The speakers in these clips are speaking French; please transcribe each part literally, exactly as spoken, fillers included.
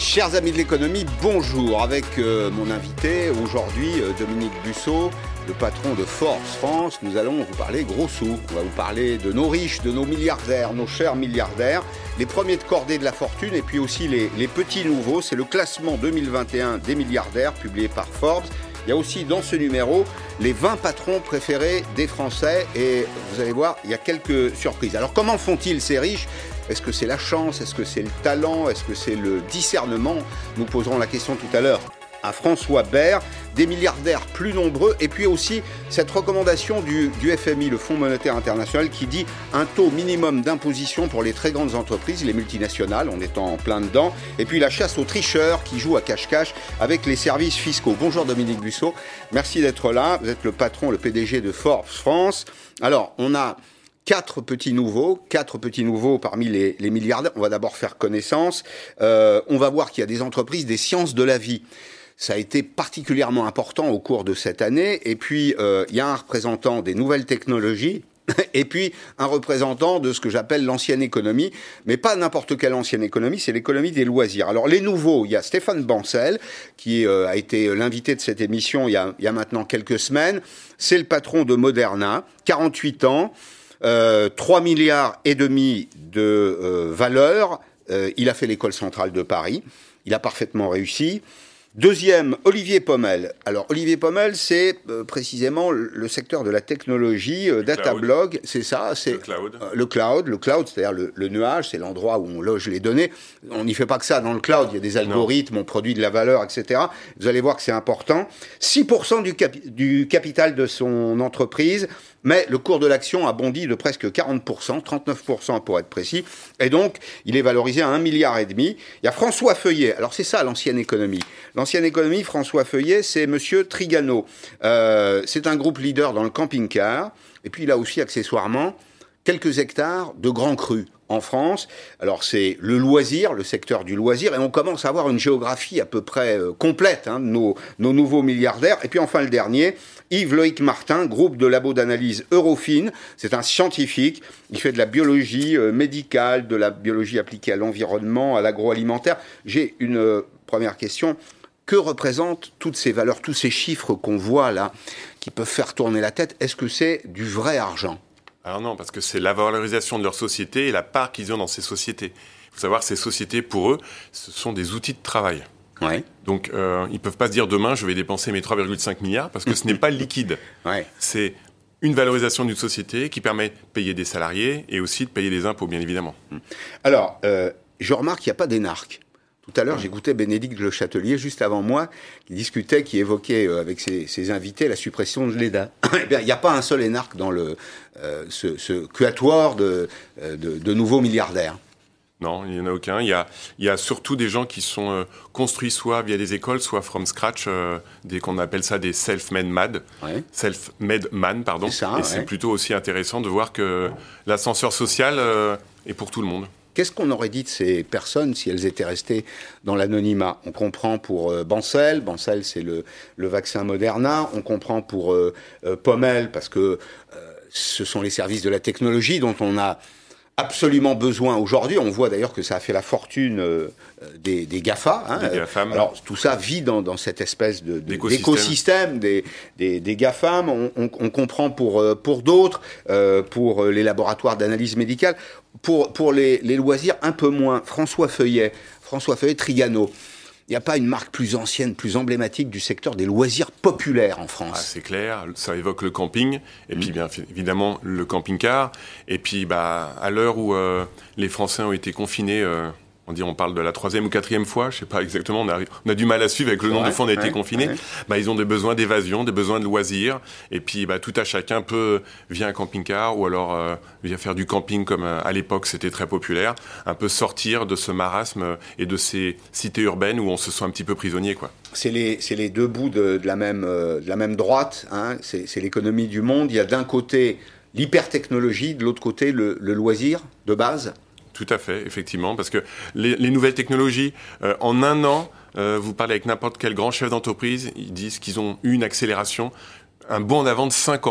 Chers amis de l'économie, bonjour. Avec euh, mon invité aujourd'hui, euh, Dominique Busseau, le patron de Forbes France. Nous allons vous parler gros sous. On va vous parler de nos riches, de nos milliardaires, nos chers milliardaires, les premiers de cordée de la fortune et puis aussi les, les petits nouveaux. C'est le classement deux mille vingt et un des milliardaires publié par Forbes. Il y a aussi dans ce numéro les vingt patrons préférés des Français et vous allez voir, il y a quelques surprises. Alors comment font-ils ces riches ? Est-ce que c'est la chance ? Est-ce que c'est le talent ? Est-ce que c'est le discernement ? Nous poserons la question tout à l'heure à François Bert, des milliardaires plus nombreux, et puis aussi cette recommandation du, du F M I, le Fonds monétaire international, qui dit un taux minimum d'imposition pour les très grandes entreprises, les multinationales, on est en plein dedans, et puis la chasse aux tricheurs qui jouent à cache-cache avec les services fiscaux. Bonjour Dominique Busseau, merci d'être là, vous êtes le patron, le P D G de Forbes France. Alors, on a Quatre petits nouveaux, quatre petits nouveaux parmi les, les milliardaires. On va d'abord faire connaissance. Euh, on va voir qu'il y a des entreprises des sciences de la vie. Ça a été particulièrement important au cours de cette année. Et puis, euh, il y a un représentant des nouvelles technologies et puis un représentant de ce que j'appelle l'ancienne économie, mais pas n'importe quelle ancienne économie, c'est l'économie des loisirs. Alors les nouveaux, il y a Stéphane Bancel, qui euh, a été l'invité de cette émission il y a, il y a maintenant quelques semaines. C'est le patron de Moderna, quarante-huit ans. Euh, trois milliards et demi de euh, valeur. Euh, il a fait l'école centrale de Paris. Il a parfaitement réussi. Deuxième, Olivier Pommel. Alors, Olivier Pommel, c'est euh, précisément le secteur de la technologie, euh, Datablog, c'est ça, c'est le cloud. Euh, le cloud, le cloud, c'est-à-dire le, le nuage, c'est l'endroit où on loge les données. On n'y fait pas que ça dans le cloud, il y a des algorithmes, non. On produit de la valeur, et cetera. Vous allez voir que c'est important. six pour cent du, capi- du capital de son entreprise, mais le cours de l'action a bondi de presque quarante pour cent, trente-neuf pour cent pour être précis, et donc il est valorisé à un milliard et demi. Il y a François Feuillet, alors c'est ça l'ancienne économie. L'ancienne économie, François Feuillet, c'est Monsieur Trigano. Euh, c'est un groupe leader dans le camping-car, et puis il a aussi accessoirement quelques hectares de grands crus en France. Alors c'est le loisir, le secteur du loisir, et on commence à avoir une géographie à peu près euh, complète hein, de nos, nos nouveaux milliardaires. Et puis enfin le dernier, Yves-Loïc Martin, groupe de labo d'analyse Eurofin. C'est un scientifique, il fait de la biologie euh, médicale, de la biologie appliquée à l'environnement, à l'agroalimentaire. J'ai une euh, première question. Que représentent toutes ces valeurs, tous ces chiffres qu'on voit là, qui peuvent faire tourner la tête ? Est-ce que c'est du vrai argent ? Alors non, parce que c'est la valorisation de leur société et la part qu'ils ont dans ces sociétés. Il faut savoir que ces sociétés, pour eux, ce sont des outils de travail. Ouais. Donc, euh, ils ne peuvent pas se dire demain, je vais dépenser mes trois virgule cinq milliards, parce que ce n'est pas liquide. Ouais. C'est une valorisation d'une société qui permet de payer des salariés et aussi de payer des impôts, bien évidemment. Alors, euh, je remarque qu'il n'y a pas d'énarque. Tout à l'heure, j'écoutais Bénédicte Le Châtelier, juste avant moi, qui discutait, qui évoquait euh, avec ses, ses invités la suppression de l'E D A. Eh bien, il n'y a pas un seul énarque dans le, euh, ce, ce quatuor de, de, de nouveaux milliardaires. Non, il n'y en a aucun. Il y a, il y a surtout des gens qui sont euh, construits soit via des écoles, soit from scratch, euh, des, qu'on appelle ça des self-made man, ouais. self-made man, pardon. C'est ça, et ouais. c'est plutôt aussi intéressant de voir que l'ascenseur social euh, est pour tout le monde. Qu'est-ce qu'on aurait dit de ces personnes si elles étaient restées dans l'anonymat ? On comprend pour euh, Bancel, Bancel c'est le, le vaccin Moderna, on comprend pour euh, euh, Pommel parce que euh, ce sont les services de la technologie dont on a absolument besoin aujourd'hui. On voit d'ailleurs que ça a fait la fortune euh, des, des GAFA. Hein. Des GAFAM. Alors tout ça vit dans, dans cette espèce de, de, d'écosystème, d'écosystème des, des, des GAFAM. On, on, on comprend pour, pour d'autres, euh, pour les laboratoires d'analyse médicale. Pour, pour les, les loisirs, un peu moins. François Feuillet, François Feuillet, Trigano. Il n'y a pas une marque plus ancienne, plus emblématique du secteur des loisirs populaires en France. Ah, c'est clair, ça évoque le camping, et mmh. puis bien évidemment le camping-car. Et puis bah, à l'heure où euh, les Français ont été confinés, euh, on dit on parle de la troisième ou quatrième fois, je ne sais pas exactement, on a, on a du mal à suivre avec le nombre de fois où on a été ouais, confinés. Ouais. Bah, ils ont des besoins d'évasion, des besoins de loisirs. Et puis bah, tout à chacun peut, via un camping-car, ou alors euh, via faire du camping comme euh, à l'époque c'était très populaire, un peu sortir de ce marasme et de ces cités urbaines où on se sent un petit peu prisonnier, quoi. C'est les, c'est les deux bouts de, de, la, même, euh, de la même droite, hein. c'est, c'est l'économie du monde. Il y a d'un côté l'hypertechnologie, de l'autre côté le, le loisir de base. Tout à fait, effectivement, parce que les, les nouvelles technologies, euh, en un an, euh, vous parlez avec n'importe quel grand chef d'entreprise, ils disent qu'ils ont eu une accélération, un bond en avant de cinq ans.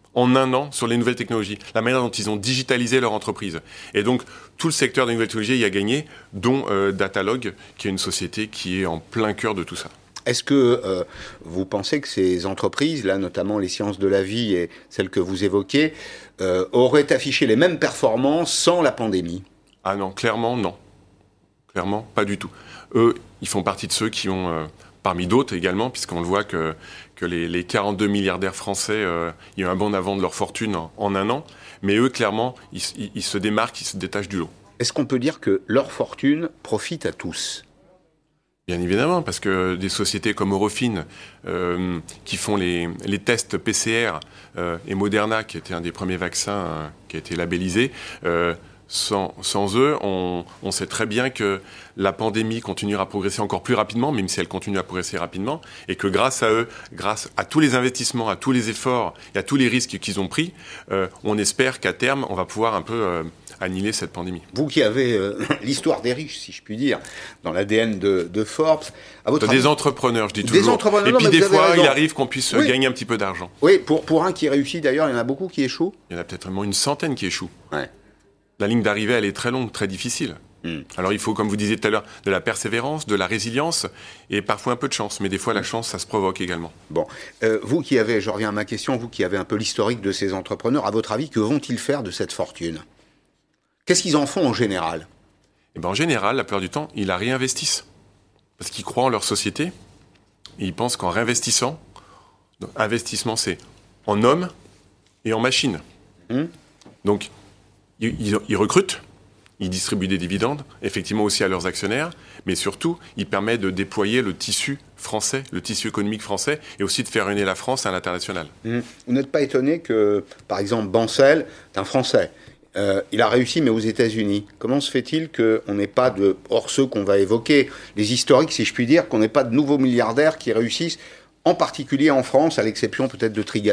en un an sur les nouvelles technologies, la manière dont ils ont digitalisé leur entreprise. Et donc, tout le secteur des nouvelles technologies y a gagné, dont euh, Datalog, qui est une société qui est en plein cœur de tout ça. Est-ce que euh, vous pensez que ces entreprises, là notamment les sciences de la vie et celles que vous évoquez, euh, auraient affiché les mêmes performances sans la pandémie ? Ah non, clairement non. Clairement, pas du tout. Eux, ils font partie de ceux qui ont, euh, parmi d'autres également, puisqu'on le voit que, que les, les quarante-deux milliardaires français, euh, il y a eu un bond en avant de leur fortune en, en un an, mais eux, clairement, ils, ils, ils se démarquent, ils se détachent du lot. Est-ce qu'on peut dire que leur fortune profite à tous ? Bien évidemment, parce que des sociétés comme Eurofins, euh, qui font les, les tests P C R, euh, et Moderna, qui était un des premiers vaccins euh, qui a été labellisé, euh, sans, sans eux, on, on sait très bien que la pandémie continuera à progresser encore plus rapidement, même si elle continue à progresser rapidement, et que grâce à eux, grâce à tous les investissements, à tous les efforts et à tous les risques qu'ils ont pris, euh, on espère qu'à terme, on va pouvoir un peu euh, annihiler cette pandémie. Vous qui avez euh, l'histoire des riches, si je puis dire, dans l'A D N de, de Forbes, à votre des avis... entrepreneurs, je dis des toujours. Entrepreneurs, et non, puis mais des vous avez fois, raison. il arrive qu'on puisse Oui. gagner un petit peu d'argent. Oui, pour, pour un qui réussit d'ailleurs, il y en a beaucoup qui échouent. Il y en a peut-être vraiment une centaine qui échouent. Ouais. La ligne d'arrivée, elle est très longue, très difficile. Mm. Alors il faut, comme vous disiez tout à l'heure, de la persévérance, de la résilience et parfois un peu de chance. Mais des fois, la chance, ça se provoque également. Bon, euh, vous qui avez, je reviens à ma question, vous qui avez un peu l'historique de ces entrepreneurs, à votre avis, que vont-ils faire de cette fortune ? Qu'est-ce qu'ils en font en général ? Eh ben, en général, la plupart du temps, ils la réinvestissent. Parce qu'ils croient en leur société. Et ils pensent qu'en réinvestissant, donc, investissement, c'est en hommes et en machines. Mm. Donc, ils, ils, ils recrutent. Ils distribuent des dividendes, effectivement aussi à leurs actionnaires, mais surtout, ils permettent de déployer le tissu français, le tissu économique français, et aussi de faire rayonner la France à l'international. Mmh. Vous n'êtes pas étonné que, par exemple, Bancel, c'est un Français, euh, il a réussi, mais aux États-Unis. Comment se fait-il qu'on n'ait pas de, hors ceux qu'on va évoquer, les historiques, si je puis dire, qu'on n'ait pas de nouveaux milliardaires qui réussissent, en particulier en France, à l'exception peut-être de Trigano ?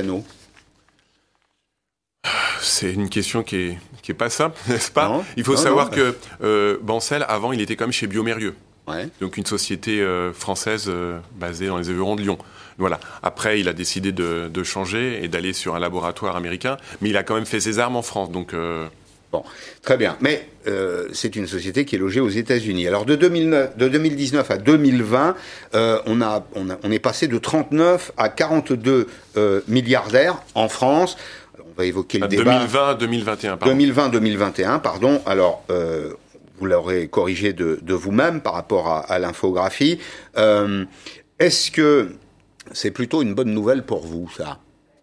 C'est une question qui est, qui est pas simple, n'est-ce pas ? Non, Il faut non, savoir non. que euh, Bancel, avant, il était comme chez Biomérieux. Ouais. Donc une société euh, française euh, basée dans les environs de Lyon. Voilà. Après, il a décidé de, de changer et d'aller sur un laboratoire américain, mais il a quand même fait ses armes en France. Donc euh... bon, très bien. Mais euh, c'est une société qui est logée aux États-Unis. Alors de, deux mille neuf, de deux mille dix-neuf à deux mille vingt, euh, on, a, on, a, on est passé de trente-neuf à quarante-deux euh, milliardaires en France. On va évoquer le à débat. deux mille vingt à deux mille vingt et un, pardon. deux mille vingt deux mille vingt et un, pardon. Alors, euh, vous l'aurez corrigé de, de vous-même par rapport à, à l'infographie. Euh, est-ce que c'est plutôt une bonne nouvelle pour vous, ça ?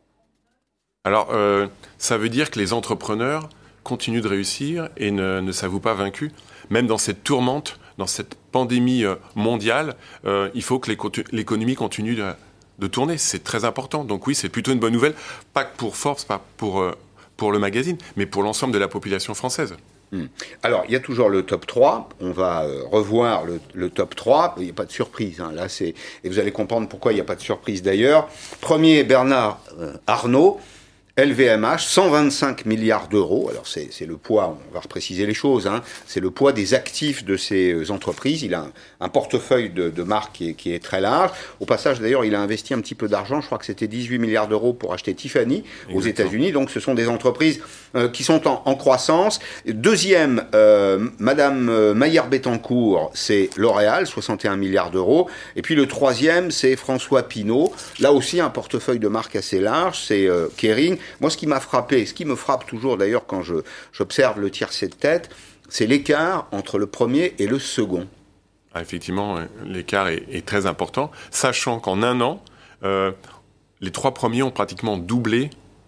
Alors, euh, ça veut dire que les entrepreneurs continuent de réussir et ne, ne s'avouent pas vaincus. Même dans cette tourmente, dans cette pandémie mondiale, euh, il faut que l'économie continue de... de tourner, c'est très important. Donc oui, c'est plutôt une bonne nouvelle, pas que pour Forbes, pas pour, euh, pour le magazine, mais pour l'ensemble de la population française. Hum. Alors, il y a toujours le top trois, on va euh, revoir le, le top trois, il n'y a pas de surprise, hein. Là, c'est... et vous allez comprendre pourquoi il n'y a pas de surprise d'ailleurs. Premier, Bernard euh, Arnault, L V M H, cent vingt-cinq milliards d'euros. Alors, c'est, c'est le poids, on va repréciser les choses, hein. C'est le poids des actifs de ces entreprises. Il a un, un portefeuille de, de marques qui est, qui est très large. Au passage, d'ailleurs, il a investi un petit peu d'argent. Je crois que c'était dix-huit milliards d'euros pour acheter Tiffany aux Exactement. États-Unis. Donc, ce sont des entreprises euh, qui sont en, en croissance. Deuxième, euh, Madame euh, Maillard-Bettencourt, c'est L'Oréal, soixante et un milliards d'euros. Et puis, le troisième, c'est François Pinault. Là aussi, un portefeuille de marques assez large. C'est euh, Kering. Moi, ce qui m'a frappé, ce qui me frappe toujours d'ailleurs quand je, j'observe le tiercé de tête, c'est l'écart entre le premier et le second. Ah, effectivement, l'écart est, est très important, sachant qu'en un an, euh, les trois premiers ont pratiquement doublé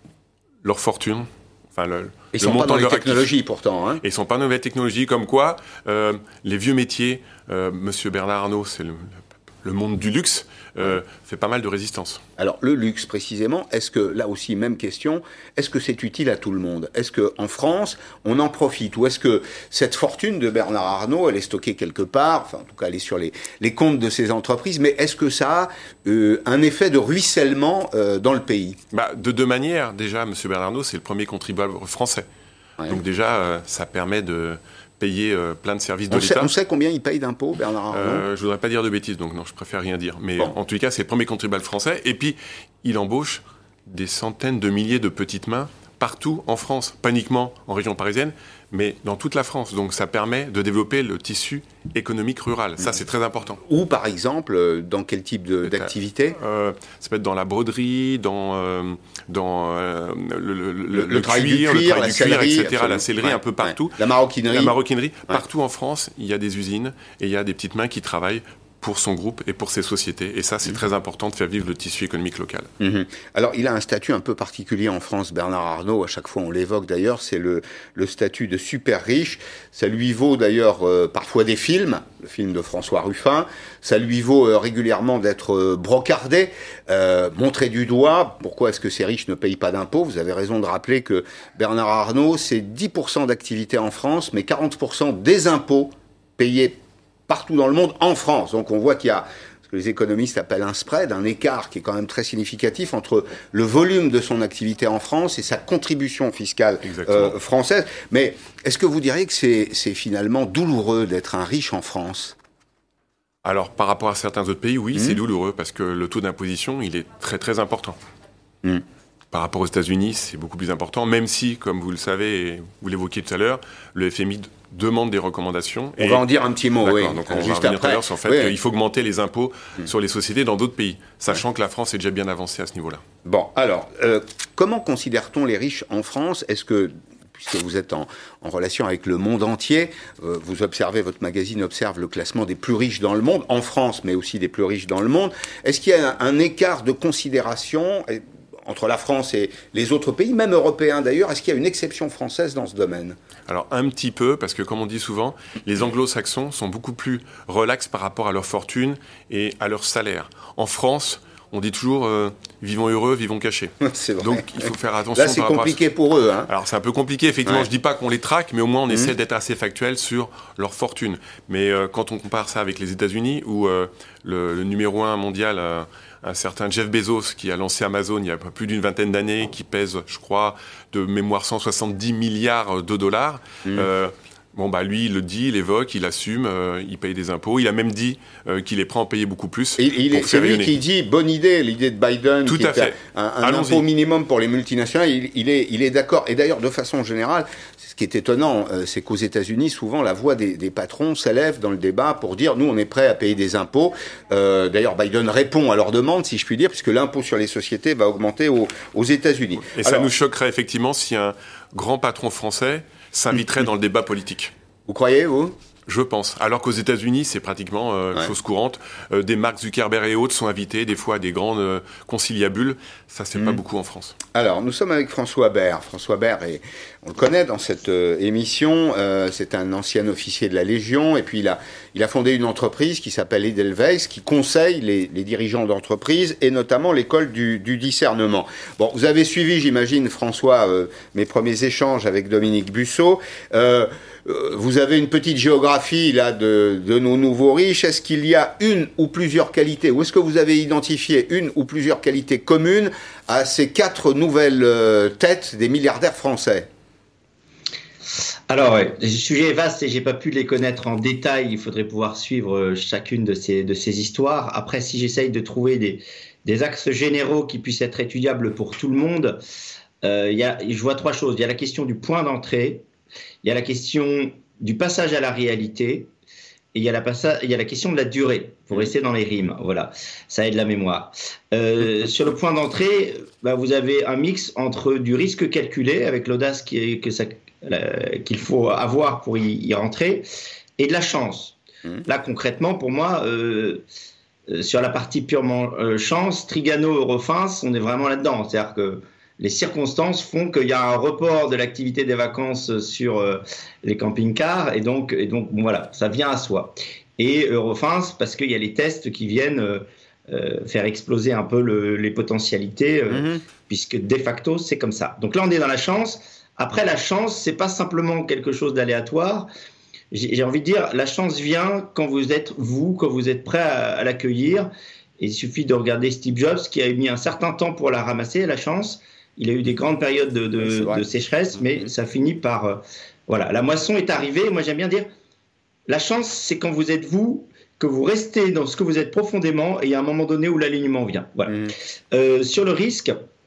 leur fortune. Enfin, le, ils le ne sont pas dans de les leur technologies actif. pourtant. Hein. Et ils ne sont pas dans les nouvelles technologies, comme quoi euh, les vieux métiers, euh, Monsieur Bernard Arnault, c'est le, le monde du luxe, euh, fait pas mal de résistance. Alors, le luxe, précisément, est-ce que, là aussi, même question, est-ce que c'est utile à tout le monde ? Est-ce qu'en France, on en profite ? Ou est-ce que cette fortune de Bernard Arnault, elle est stockée quelque part, enfin, en tout cas, elle est sur les, les comptes de ces entreprises, mais est-ce que ça a euh, un effet de ruissellement euh, dans le pays ? Bah, de deux manières. Déjà, M. Bernard Arnault, c'est le premier contribuable français. Ouais. Donc déjà, euh, ça permet de payer euh, plein de services de on l'État. Sait, on sait combien il paye d'impôts, Bernard Arnault ? euh, Je ne voudrais pas dire de bêtises, donc non, je préfère rien dire. Mais bon. En tous les cas, c'est le premier contribuable français. Et puis, il embauche des centaines de milliers de petites mains partout en France, pas uniquement en région parisienne, mais dans toute la France. Donc ça permet de développer le tissu économique rural. Ça, c'est très important. Ou par exemple, dans quel type de, d'activité euh, Ça peut être dans la broderie, dans, euh, dans euh, le, le, le, le, travail cuir, du cuir, le travail la du sellerie, cuir, et cetera, absolument. La sellerie, ouais, un peu partout. Ouais. La maroquinerie. La maroquinerie. Ouais. Partout en France, il y a des usines et il y a des petites mains qui travaillent pour son groupe et pour ses sociétés. Et ça, c'est mmh. très important de faire vivre le tissu économique local. Mmh. Alors, il a un statut un peu particulier en France, Bernard Arnault. À chaque fois, on l'évoque d'ailleurs. C'est le, le statut de super riche. Ça lui vaut d'ailleurs euh, parfois des films, le film de François Ruffin. Ça lui vaut euh, régulièrement d'être euh, brocardé, euh, montré du doigt. Pourquoi est-ce que ces riches ne payent pas d'impôts ? Vous avez raison de rappeler que Bernard Arnault, c'est dix pour cent d'activité en France, mais quarante pour cent des impôts payés partout dans le monde, en France. Donc on voit qu'il y a ce que les économistes appellent un spread, un écart qui est quand même très significatif entre le volume de son activité en France et sa contribution fiscale euh, française. Mais est-ce que vous diriez que c'est, c'est finalement douloureux d'être un riche en France ? Alors par rapport à certains autres pays, oui, mmh. c'est douloureux parce que le taux d'imposition, il est très très important. Mmh. Par rapport aux États-Unis, c'est beaucoup plus important, même si, comme vous le savez et vous l'évoquiez tout à l'heure, le F M I demande des recommandations. On et... va en dire un petit mot, D'accord, oui. Donc on Juste va après. Tout à l'heure sur le fait oui. qu'il faut augmenter les impôts mmh. sur les sociétés dans d'autres pays, sachant ouais. que la France est déjà bien avancée à ce niveau-là. Bon, alors, euh, comment considère-t-on les riches en France ? Est-ce que, puisque vous êtes en, en relation avec le monde entier, euh, vous observez, votre magazine observe le classement des plus riches dans le monde, en France, mais aussi des plus riches dans le monde. Est-ce qu'il y a un, un écart de considération et, entre la France et les autres pays, même européens d'ailleurs? Est-ce qu'il y a une exception française dans ce domaine? Alors un petit peu, parce que comme on dit souvent, les anglo-saxons sont beaucoup plus relax par rapport à leur fortune et à leur salaire. En France, on dit toujours euh, « vivons heureux, vivons cachés ». C'est vrai. Donc il faut faire attention. Là, c'est par compliqué à... pour eux. Hein. Alors c'est un peu compliqué, effectivement. Ouais. Je ne dis pas qu'on les traque, mais au moins on mmh. essaie d'être assez factuel sur leur fortune. Mais euh, quand on compare ça avec les États-Unis, où euh, le, le numéro un mondial... Euh, un certain Jeff Bezos qui a lancé Amazon il y a plus d'une vingtaine d'années, qui pèse, je crois, de mémoire cent soixante-dix milliards de dollars. Mmh. Euh, bon, bah lui, il le dit, il évoque, il assume, euh, il paye des impôts. Il a même dit euh, qu'il est prêt à en payer beaucoup plus. Et il est, c'est lui qui dit, bonne idée, l'idée de Biden, Tout qui à est fait. un, un impôt minimum pour les multinationales, il, il, est, il est d'accord. Et d'ailleurs, de façon générale, ce qui est étonnant, euh, c'est qu'aux États-Unis, souvent, la voix des, des patrons s'élève dans le débat pour dire, nous, on est prêt à payer des impôts. Euh, d'ailleurs, Biden répond à leur demande, si je puis dire, puisque l'impôt sur les sociétés va augmenter aux, aux États-Unis. Et Alors, ça nous choquerait effectivement si un grand patron français s'inviterait dans le débat politique. Vous croyez, vous ? Je pense. Alors qu'aux États-Unis, c'est pratiquement euh, ouais. chose courante. Euh, des Mark Zuckerberg et autres sont invités, des fois à des grandes euh, conciliabules. Ça, c'est mmh. pas beaucoup en France. Alors, nous sommes avec François Bert. François Bert, est, on le connaît dans cette euh, émission. Euh, c'est un ancien officier de la Légion. Et puis, il a, il a fondé une entreprise qui s'appelle Edelweiss, qui conseille les, les dirigeants d'entreprise et notamment l'école du, du discernement. Bon, vous avez suivi, j'imagine, François, euh, mes premiers échanges avec Dominique Busseau. Euh, Vous avez une petite géographie là de, de nos nouveaux riches. Est-ce qu'il y a une ou plusieurs qualités, ou est-ce que vous avez identifié une ou plusieurs qualités communes à ces quatre nouvelles euh, têtes des milliardaires français? Alors, ouais, le sujet est vaste et j'ai pas pu les connaître en détail. Il faudrait pouvoir suivre chacune de ces, de ces histoires. Après, si j'essaye de trouver des, des axes généraux qui puissent être étudiables pour tout le monde, euh, y a, je vois trois choses. Il y a la question du point d'entrée. Il y a la question du passage à la réalité et il y a la, passa- il y a la question de la durée. Il faut rester dans les rimes. Voilà, ça aide la mémoire. Euh, sur le point d'entrée, bah, vous avez un mix entre du risque calculé, avec l'audace qui est, que ça, euh, qu'il faut avoir pour y, y rentrer, et de la chance. Mmh. Là, concrètement, pour moi, euh, euh, sur la partie purement euh, chance, Trigano, Eurofins, on est vraiment là-dedans. C'est-à-dire que les circonstances font qu'il y a un report de l'activité des vacances sur euh, les camping-cars et donc, et donc bon, voilà, ça vient à soi. Et Eurofins, parce qu'il y a les tests qui viennent euh, euh, faire exploser un peu le, les potentialités, euh, mm-hmm. puisque de facto, c'est comme ça. Donc là, on est dans la chance. Après, la chance, c'est pas simplement quelque chose d'aléatoire. J'ai, j'ai envie de dire, la chance vient quand vous êtes vous, quand vous êtes prêt à, à l'accueillir. Et il suffit de regarder Steve Jobs, qui a mis un certain temps pour la ramasser, la chance. Il a eu des grandes périodes de, de, de sécheresse, mais mmh. ça finit par... Euh, voilà, la moisson est arrivée. Moi, j'aime bien dire, la chance, c'est quand vous êtes vous, que vous restez dans ce que vous êtes profondément, et il y a un moment donné où l'alignement vient. Voilà. Mmh. Euh, sur le risque,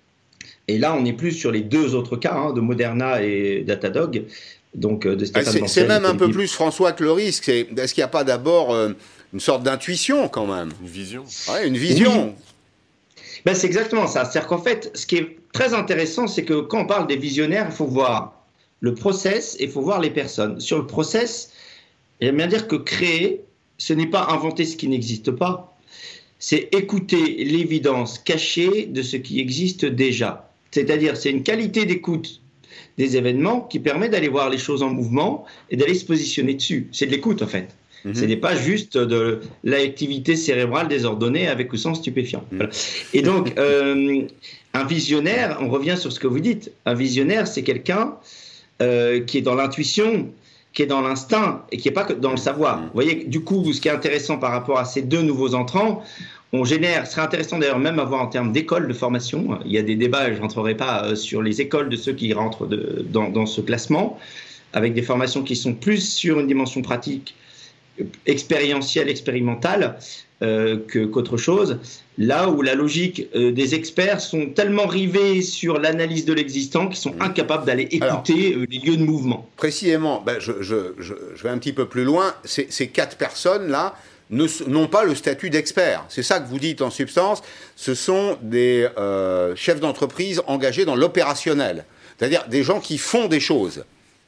Et là, on n'est plus sur les deux autres cas, hein, de Moderna et Datadog. Donc, de Stéphane ah, c'est, Bancel, c'est même un peu dit... plus, François, que le risque. C'est, est-ce qu'il n'y a pas d'abord euh, une sorte d'intuition, quand même ? Une vision. Ouais, une vision. Oui. Ben, c'est exactement ça. C'est-à-dire qu'en fait, ce qui est très intéressant, c'est que quand on parle des visionnaires, il faut voir le process et il faut voir les personnes. Sur le process, j'aime bien dire que créer, ce n'est pas inventer ce qui n'existe pas, c'est écouter l'évidence cachée de ce qui existe déjà. C'est-à-dire, c'est une qualité d'écoute des événements qui permet d'aller voir les choses en mouvement et d'aller se positionner dessus. C'est de l'écoute, en fait. Mmh. Ce n'est pas juste de l'activité cérébrale désordonnée avec ou sans stupéfiant. Mmh. Voilà. Et donc, euh, un visionnaire, on revient sur ce que vous dites, un visionnaire, c'est quelqu'un euh, qui est dans l'intuition, qui est dans l'instinct et qui n'est pas que dans le savoir. Mmh. Vous voyez, du coup, ce qui est intéressant par rapport à ces deux nouveaux entrants, on génère, ce serait intéressant d'ailleurs même à voir en termes d'écoles de formation. Il y a des débats, je ne rentrerai pas sur les écoles de ceux qui rentrent de, dans, dans ce classement, avec des formations qui sont plus sur une dimension pratique, expérientielle, expérimentale, euh, que, qu'autre chose. Là où la logique euh, des experts sont tellement rivés sur l'analyse de l'existant qu'ils sont incapables d'aller écouter Alors, euh, les lieux de mouvement. Précisément, ben je, je, je, je vais un petit peu plus loin. Ces, ces quatre personnes-là ne, n'ont pas le statut d'expert. C'est ça que vous dites en substance. Ce sont des euh, chefs d'entreprise engagés dans l'opérationnel. C'est-à-dire des gens qui font des choses.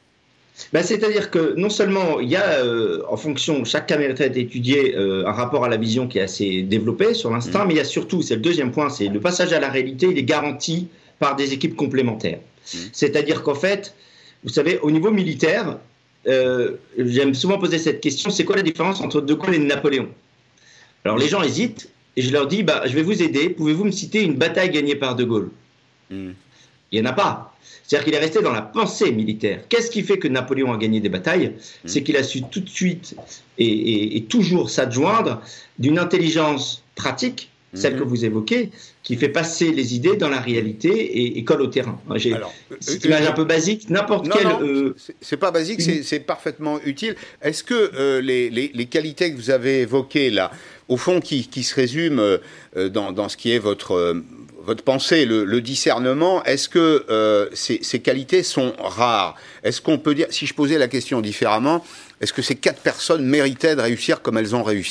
Ben, c'est-à-dire que non seulement il y a, euh, en fonction, chaque cas mérite d'être étudié, euh, un rapport à la vision qui est assez développé sur l'instinct, mmh. mais il y a surtout, c'est le deuxième point, c'est le passage à la réalité, il est garanti par des équipes complémentaires. Mmh. C'est-à-dire qu'en fait, vous savez, au niveau militaire, euh, j'aime souvent poser cette question, c'est quoi la différence entre De Gaulle et Napoléon ? Alors les gens hésitent, et je leur dis, bah, je vais vous aider, pouvez-vous me citer une bataille gagnée par De Gaulle ? mmh. Il n'y en a pas. C'est-à-dire qu'il est resté dans la pensée militaire. Qu'est-ce qui fait que Napoléon a gagné des batailles ? mmh. C'est qu'il a su tout de suite et, et, et toujours s'adjoindre d'une intelligence pratique, mmh. celle que vous évoquez, qui fait passer les idées dans la réalité et, et colle au terrain. J'ai Alors, cette euh, image euh, un peu basique, n'importe non, quelle... Non, euh, c'est, c'est pas basique, une... c'est, c'est parfaitement utile. Est-ce que euh, les, les, les qualités que vous avez évoquées là, au fond, qui, qui se résument euh, dans, dans ce qui est votre... Euh, votre pensée, le, le discernement, est-ce que euh, ces, ces qualités sont rares ? Est-ce qu'on peut dire, si je posais la question différemment, est-ce que ces quatre personnes méritaient de réussir comme elles ont réussi ?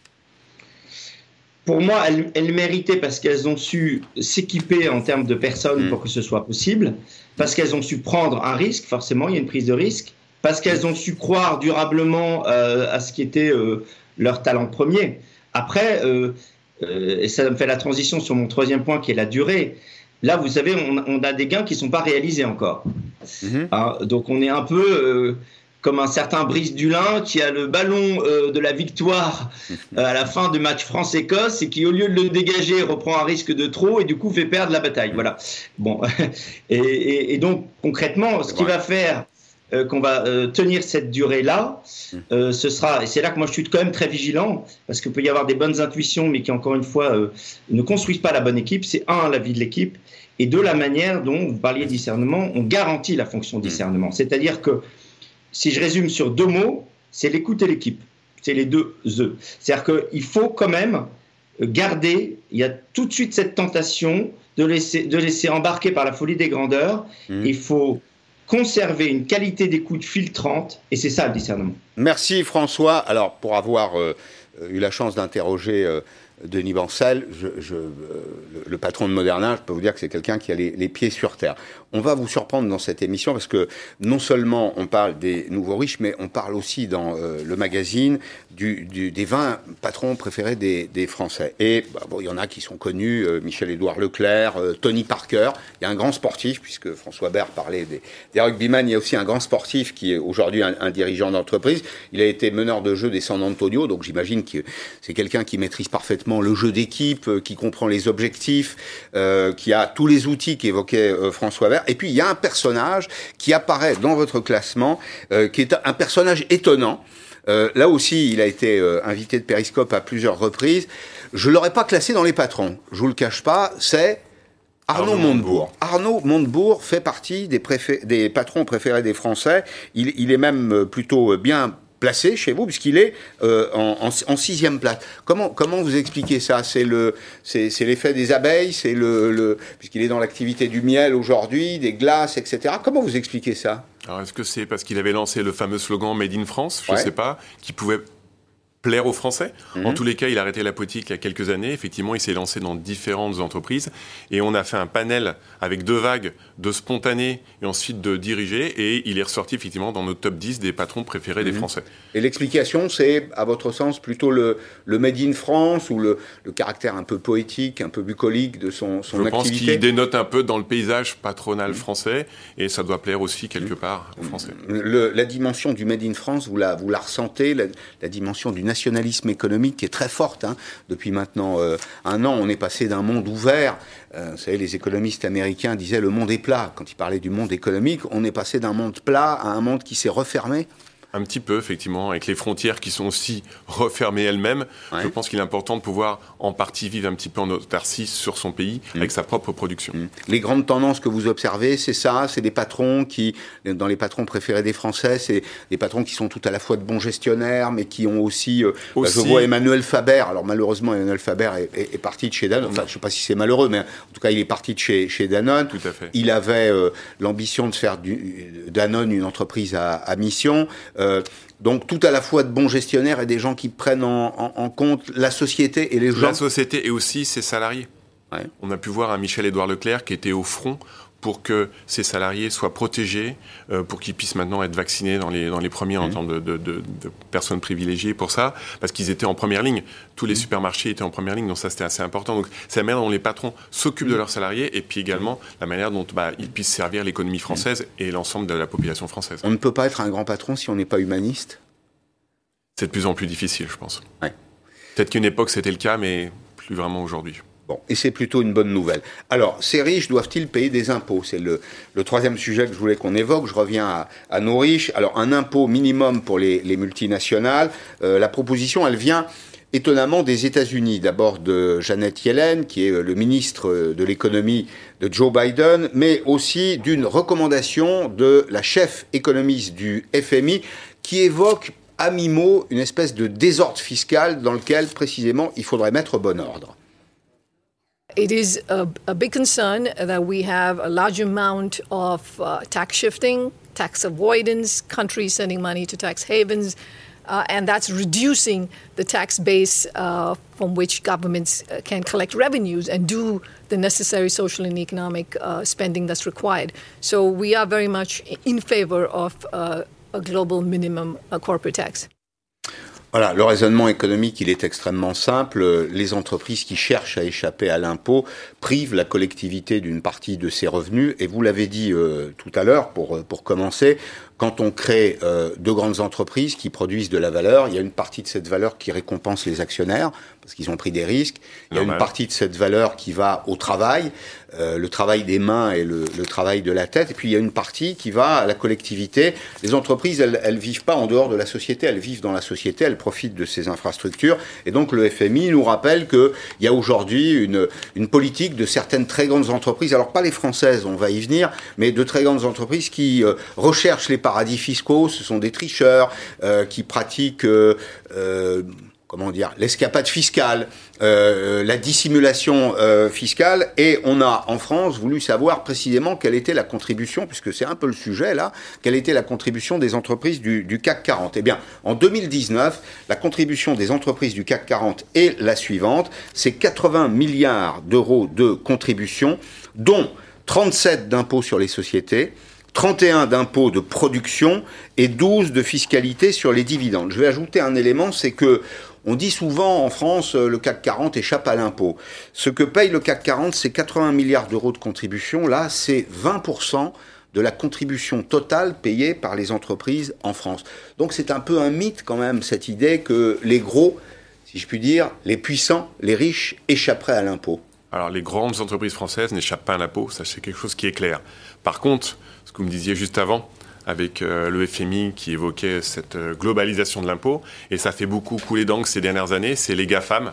Pour moi, elles, elles méritaient parce qu'elles ont su s'équiper en termes de personnes mmh. pour que ce soit possible, parce qu'elles ont su prendre un risque, forcément, il y a une prise de risque, parce qu'elles ont su croire durablement euh, à ce qui était euh, leur talent premier. Après... Euh, Euh, et ça me fait la transition sur mon troisième point qui est la durée. Là, vous savez, on, on a des gains qui ne sont pas réalisés encore. Mmh. Hein, donc, on est un peu euh, comme un certain Brice Dulin qui a le ballon euh, de la victoire euh, à la fin du match France-Écosse et qui, au lieu de le dégager, reprend un risque de trop et du coup fait perdre la bataille. Voilà. Bon. et, et, et donc, concrètement, ce qui va faire Euh, qu'on va euh, tenir cette durée-là, euh, ce sera, et c'est là que moi je suis quand même très vigilant, parce qu'il peut y avoir des bonnes intuitions, mais qui encore une fois euh, ne construisent pas la bonne équipe. C'est un, la vie de l'équipe, et deux, la manière dont, vous parliez de discernement, on garantit la fonction de discernement. C'est-à-dire que, si je résume sur deux mots, c'est l'écoute et l'équipe. C'est les deux E. C'est-à-dire qu'il faut quand même garder, il y a tout de suite cette tentation de laisser, de laisser embarquer par la folie des grandeurs. Mmh. Il faut conserver une qualité d'écoute filtrante, et c'est ça le discernement. Merci François. Alors, pour avoir euh, eu la chance d'interroger euh, Denis Bancel, je, je, euh, le, le patron de Moderna, je peux vous dire que c'est quelqu'un qui a les, les pieds sur terre. On va vous surprendre dans cette émission parce que non seulement on parle des nouveaux riches, mais on parle aussi dans euh, le magazine du, du, des vingt patrons préférés des, des Français. Et bah, bon, il y en a qui sont connus, euh, Michel-Édouard Leclerc, euh, Tony Parker. Il y a un grand sportif, puisque François Bert parlait des, des rugbyman. Il y a aussi un grand sportif qui est aujourd'hui un, un dirigeant d'entreprise. Il a été meneur de jeu des San Antonio, donc j'imagine que c'est quelqu'un qui maîtrise parfaitement le jeu d'équipe, euh, qui comprend les objectifs, euh, qui a tous les outils qu'évoquait euh, François Bert. Et puis, il y a un personnage qui apparaît dans votre classement, euh, qui est un personnage étonnant. Euh, là aussi, il a été euh, invité de Périscope à plusieurs reprises. Je ne l'aurais pas classé dans les patrons. Je ne vous le cache pas, c'est Arnaud, Arnaud Montebourg. Arnaud Montebourg fait partie des, préfé- des patrons préférés des Français. Il, il est même plutôt bien placé chez vous, puisqu'il est euh, en, en, en sixième place. Comment, comment vous expliquez ça ? C'est, le, c'est, c'est l'effet des abeilles, c'est le, le, puisqu'il est dans l'activité du miel aujourd'hui, des glaces, et cetera. Comment vous expliquez ça ? Alors, est-ce que c'est parce qu'il avait lancé le fameux slogan « Made in France », je ne ouais. sais pas, qui pouvait plaire aux Français. Mmh. En tous les cas, il a arrêté la politique il y a quelques années. Effectivement, il s'est lancé dans différentes entreprises et on a fait un panel avec deux vagues de spontanés et ensuite de dirigés et il est ressorti effectivement dans notre top dix des patrons préférés mmh. des Français. Et l'explication, c'est, à votre sens, plutôt le, le Made in France ou le, le caractère un peu poétique, un peu bucolique de son, son Je activité ? Je pense qu'il dénote un peu dans le paysage patronal mmh. français et ça doit plaire aussi quelque mmh. part aux Français. Le, la dimension du Made in France, vous la, vous la ressentez, la, la dimension du nationalisme économique qui est très forte. Hein. Depuis maintenant euh, un an, on est passé d'un monde ouvert. Euh, vous savez, les économistes américains disaient le monde est plat. Quand ils parlaient du monde économique, on est passé d'un monde plat à un monde qui s'est refermé. Un petit peu, effectivement, avec les frontières qui sont aussi refermées elles-mêmes. Ouais. Je pense qu'il est important de pouvoir, en partie, vivre un petit peu en autarcie sur son pays, mmh. avec sa propre production. Mmh. Les grandes tendances que vous observez, c'est ça ? C'est des patrons qui, dans les patrons préférés des Français, c'est des patrons qui sont tout à la fois de bons gestionnaires, mais qui ont aussi... Euh, aussi... Bah, je vois Emmanuel Faber. Alors, malheureusement, Emmanuel Faber est, est, est parti de chez Danone. Enfin, je ne sais pas si c'est malheureux, mais en tout cas, il est parti de chez, chez Danone. Tout à fait. Il avait euh, l'ambition de faire du, Danone une entreprise à, à mission. Euh, Donc, tout à la fois de bons gestionnaires et des gens qui prennent en, en, en compte la société et les gens. La société et aussi ses salariés. Ouais. On a pu voir un Michel-Édouard Leclerc qui était au front pour que ses salariés soient protégés, euh, pour qu'ils puissent maintenant être vaccinés dans les, dans les premiers mmh. en termes de, de, de, de personnes privilégiées pour ça, parce qu'ils étaient en première ligne. Tous les mmh. supermarchés étaient en première ligne, donc ça c'était assez important. Donc c'est la manière dont les patrons s'occupent mmh. de leurs salariés et puis également la manière dont bah, ils puissent servir l'économie française mmh. et l'ensemble de la population française. On ne peut pas être un grand patron si on n'est pas humaniste ? C'est de plus en plus difficile, je pense. Ouais. Peut-être qu'une époque c'était le cas, mais plus vraiment aujourd'hui. Bon, et c'est plutôt une bonne nouvelle. Alors, ces riches doivent-ils payer des impôts ? C'est le, le troisième sujet que je voulais qu'on évoque. Je reviens à, à nos riches. Alors, un impôt minimum pour les, les multinationales. Euh, la proposition, elle vient étonnamment des États-Unis. D'abord de Janet Yellen, qui est le ministre de l'économie de Joe Biden, mais aussi d'une recommandation de la chef économiste du F M I, qui évoque à mi-mot une espèce de désordre fiscal dans lequel, précisément, il faudrait mettre bon ordre. It is a, a big concern that we have a large amount of uh, tax shifting, tax avoidance, countries sending money to tax havens, uh, and that's reducing the tax base uh, from which governments uh, can collect revenues and do the necessary social and economic uh, spending that's required. So we are very much in favor of uh, a global minimum uh, corporate tax. Voilà, le raisonnement économique, il est extrêmement simple. Les entreprises qui cherchent à échapper à l'impôt privent la collectivité d'une partie de ses revenus. Et vous l'avez dit euh, tout à l'heure, pour, pour commencer, quand on crée euh, de grandes entreprises qui produisent de la valeur, il y a une partie de cette valeur qui récompense les actionnaires, parce qu'ils ont pris des risques. Il y a Normal. Une partie de cette valeur qui va au travail, euh, le travail des mains et le, le travail de la tête. Et puis il y a une partie qui va à la collectivité. Les entreprises, elles, elles vivent pas en dehors de la société, elles vivent dans la société, elles profitent de ces infrastructures. Et donc le F M I nous rappelle qu'il y a aujourd'hui une, une politique de certaines très grandes entreprises, alors pas les françaises, on va y venir, mais de très grandes entreprises qui euh, recherchent les paradis fiscaux. Ce sont des tricheurs euh, qui pratiquent... Euh, euh, comment dire, l'escapade fiscale, euh, la dissimulation euh, fiscale, et on a en France voulu savoir précisément quelle était la contribution, puisque c'est un peu le sujet là, quelle était la contribution des entreprises du, du C A C quarante. Eh bien, en deux mille dix-neuf, la contribution des entreprises du C A C quarante est la suivante, c'est quatre-vingts milliards d'euros de contribution, dont trente-sept d'impôts sur les sociétés, trente et un d'impôts de production et douze de fiscalité sur les dividendes. Je vais ajouter un élément, c'est que on dit souvent en France, le C A C quarante échappe à l'impôt. Ce que paye le C A C quarante, c'est quatre-vingts milliards d'euros de contribution. Là, c'est vingt pour cent de la contribution totale payée par les entreprises en France. Donc c'est un peu un mythe quand même, cette idée que les gros, si je puis dire, les puissants, les riches, échapperaient à l'impôt. Alors les grandes entreprises françaises n'échappent pas à l'impôt, ça c'est quelque chose qui est clair. Par contre, ce que vous me disiez juste avant, avec euh, le F M I qui évoquait cette euh, globalisation de l'impôt, et ça fait beaucoup couler d'encre ces dernières années, c'est les GAFAM,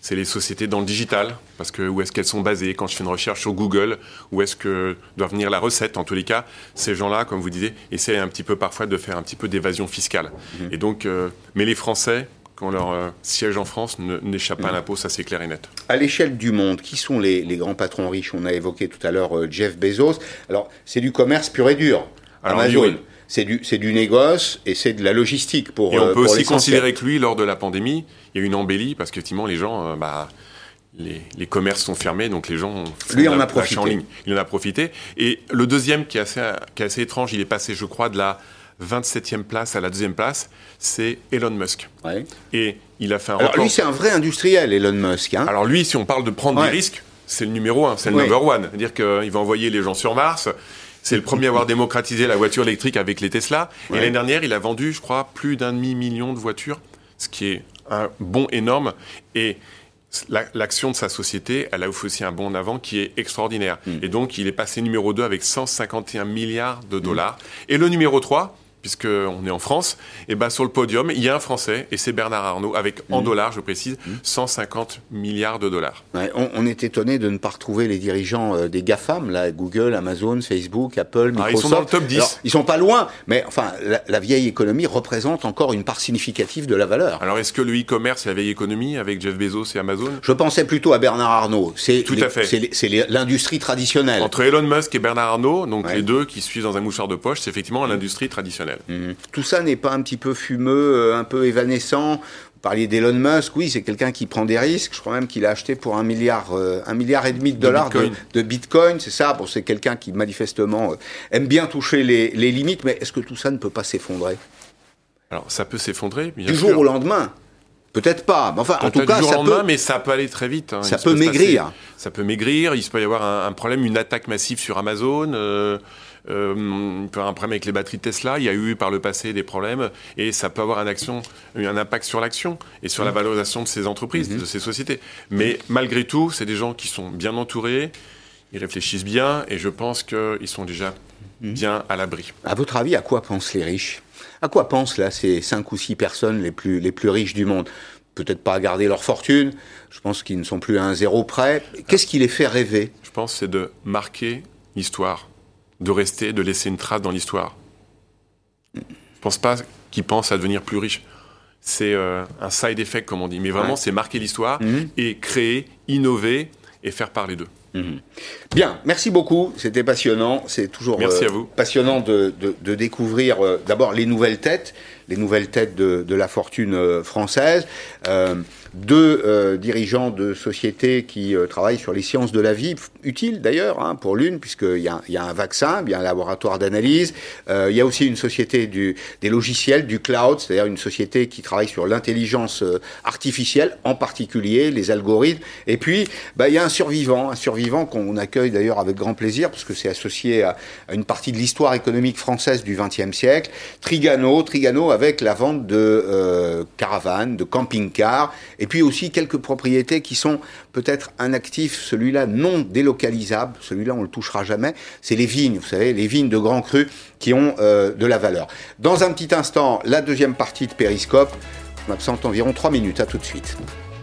c'est les sociétés dans le digital, parce que où est-ce qu'elles sont basées? Quand je fais une recherche sur Google, où est-ce que doit venir la recette? En tous les cas, ces gens-là, comme vous disiez, essaient un petit peu parfois de faire un petit peu d'évasion fiscale. Mmh. Et donc, euh, mais les Français, quand leur euh, siège en France, ne, n'échappent mmh. pas à l'impôt, ça c'est clair et net. À l'échelle du monde, qui sont les, les grands patrons riches? On a évoqué tout à l'heure euh, Jeff Bezos. Alors, c'est du commerce pur et dur. Alors, Amazon. oui. C'est du, c'est du négoce et c'est de la logistique pour. Et on peut pour aussi l'essentiel. considérer que lui, lors de la pandémie, il y a eu une embellie parce qu'effectivement, les gens, euh, bah, les, les commerces sont fermés, donc les gens font lui en la, a profité. en ligne. Il en a profité. Et le deuxième, qui est assez, qui est assez étrange, il est passé, je crois, de la vingt-septième place à la deuxième place, c'est Elon Musk. Ouais. Et il a fait un Alors record. lui, c'est un vrai industriel, Elon Musk. Hein. Alors lui, si on parle de prendre ouais. des risques, c'est le numéro un, c'est le ouais. number one. C'est-à-dire qu'il va envoyer les gens sur Mars. C'est le premier à avoir démocratisé la voiture électrique avec les Tesla. Ouais. Et l'année dernière, il a vendu, je crois, plus d'un demi-million de voitures, ce qui est un bond énorme. Et la, l'action de sa société, elle a aussi un bond en avant qui est extraordinaire. Mm. Et donc, il est passé numéro deux avec cent cinquante et un milliards de dollars. Mm. Et le numéro trois, puisqu'on est en France, et ben sur le podium, il y a un Français, et c'est Bernard Arnault, avec, mmh. en dollars, je précise, mmh. cent cinquante milliards de dollars. Ouais, on, on est étonné de ne pas retrouver les dirigeants euh, des GAFAM, là, Google, Amazon, Facebook, Apple, Microsoft. Ah, ils sont dans le top dix. Alors, ils sont pas loin, mais enfin, la, la vieille économie représente encore une part significative de la valeur. Alors, est-ce que le e-commerce, c'est la vieille économie, avec Jeff Bezos et Amazon? Je pensais plutôt à Bernard Arnault. C'est Tout les, à fait. C'est, les, c'est les, l'industrie traditionnelle. Entre Elon Musk et Bernard Arnault, donc ouais. les deux qui suivent dans un mouchoir de poche, c'est effectivement mmh. l'industrie traditionnelle. Mmh. Tout ça n'est pas un petit peu fumeux, un peu évanescent? Vous parliez d'Elon Musk, oui, c'est quelqu'un qui prend des risques. Je crois même qu'il a acheté pour un milliard, euh, un milliard et demi de, de dollars bitcoin. De, de Bitcoin, c'est ça. Bon, c'est quelqu'un qui manifestement euh, aime bien toucher les, les limites, mais est-ce que tout ça ne peut pas s'effondrer? Alors, ça peut s'effondrer, bien du sûr. jour au lendemain. Peut-être pas, mais enfin, Peut-être en tout cas, du jour ça au lendemain, peut. Mais ça peut aller très vite. Hein. Ça peut, peut maigrir. Passer, ça peut maigrir. Il peut y avoir un, un problème, une attaque massive sur Amazon. Euh, euh, il peut y avoir un problème avec les batteries Tesla. Il y a eu par le passé des problèmes, et ça peut avoir un action, un impact sur l'action et sur mmh. la valorisation de ces entreprises, mmh. de ces sociétés. Mais malgré tout, c'est des gens qui sont bien entourés. Ils réfléchissent bien, et je pense qu'ils sont déjà mmh. bien à l'abri. À votre avis, à quoi pensent les riches? À quoi pensent là ces cinq ou six personnes les plus les plus riches du monde? Peut-être pas à garder leur fortune. Je pense qu'ils ne sont plus à un zéro près. Qu'est-ce qui les fait rêver? Je pense que c'est de marquer l'histoire, de rester, de laisser une trace dans l'histoire. Je ne pense pas qu'ils pensent à devenir plus riches. C'est euh, un side effect, comme on dit. Mais vraiment, ouais. c'est marquer l'histoire mmh. et créer, innover et faire parler d'eux. Mmh. Bien, merci beaucoup. C'était passionnant. C'est toujours merci euh, à vous. passionnant de, de, de découvrir euh, d'abord les nouvelles têtes, les nouvelles têtes de, de la fortune euh, française. Euh, deux euh, dirigeants de sociétés qui euh, travaillent sur les sciences de la vie, utiles d'ailleurs hein, pour l'une, puisqu'il y a, il y a un vaccin, il y a un laboratoire d'analyse. Euh, il y a aussi une société du, des logiciels, du cloud, c'est-à-dire une société qui travaille sur l'intelligence euh, artificielle, en particulier les algorithmes. Et puis, bah, il y a un survivant, un survivant qu'on accueille d'ailleurs avec grand plaisir, parce que c'est associé à, à une partie de l'histoire économique française du vingtième siècle. Trigano, Trigano avec la vente de euh, caravanes, de camping-cars, et puis aussi quelques propriétés qui sont peut-être un actif, celui-là non délocalisable, celui-là on le touchera jamais, c'est les vignes, vous savez, les vignes de grands crus qui ont euh, de la valeur. Dans un petit instant, la deuxième partie de Périscope, je m'absente environ trois minutes, à tout de suite.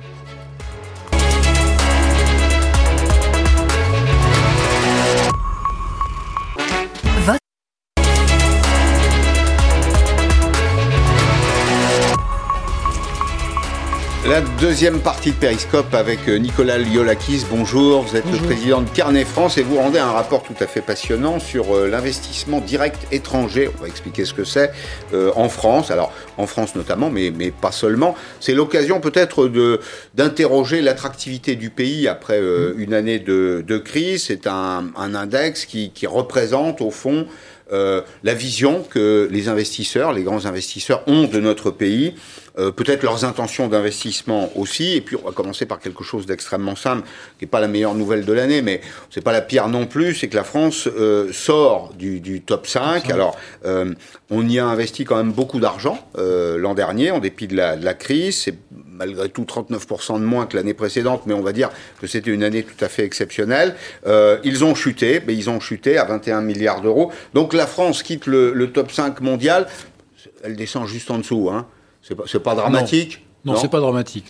La deuxième partie de Périscope avec Nicolas Liolakis. Bonjour, vous êtes Bonjour. Le président de Carnet France et vous rendez un rapport tout à fait passionnant sur euh, l'investissement direct étranger. On va expliquer ce que c'est euh, en France. Alors, en France notamment, mais, mais pas seulement. C'est l'occasion peut-être de, d'interroger l'attractivité du pays après euh, une année de, de crise. C'est un, un index qui, qui représente au fond euh, la vision que les investisseurs, les grands investisseurs ont de notre pays. Euh, peut-être leurs intentions d'investissement aussi, et puis on va commencer par quelque chose d'extrêmement simple, qui n'est pas la meilleure nouvelle de l'année, mais c'est pas la pire non plus, c'est que la France euh, sort du, du top cinq. Alors, euh, on y a investi quand même beaucoup d'argent euh, l'an dernier, en dépit de la, de la crise. C'est malgré tout trente-neuf pour cent de moins que l'année précédente, mais on va dire que c'était une année tout à fait exceptionnelle. Euh, ils ont chuté, mais ils ont chuté à vingt et un milliards d'euros. Donc la France quitte le, le top cinq mondial, elle descend juste en dessous, hein. C'est pas, c'est pas dramatique? Non, non, non, c'est pas dramatique, non.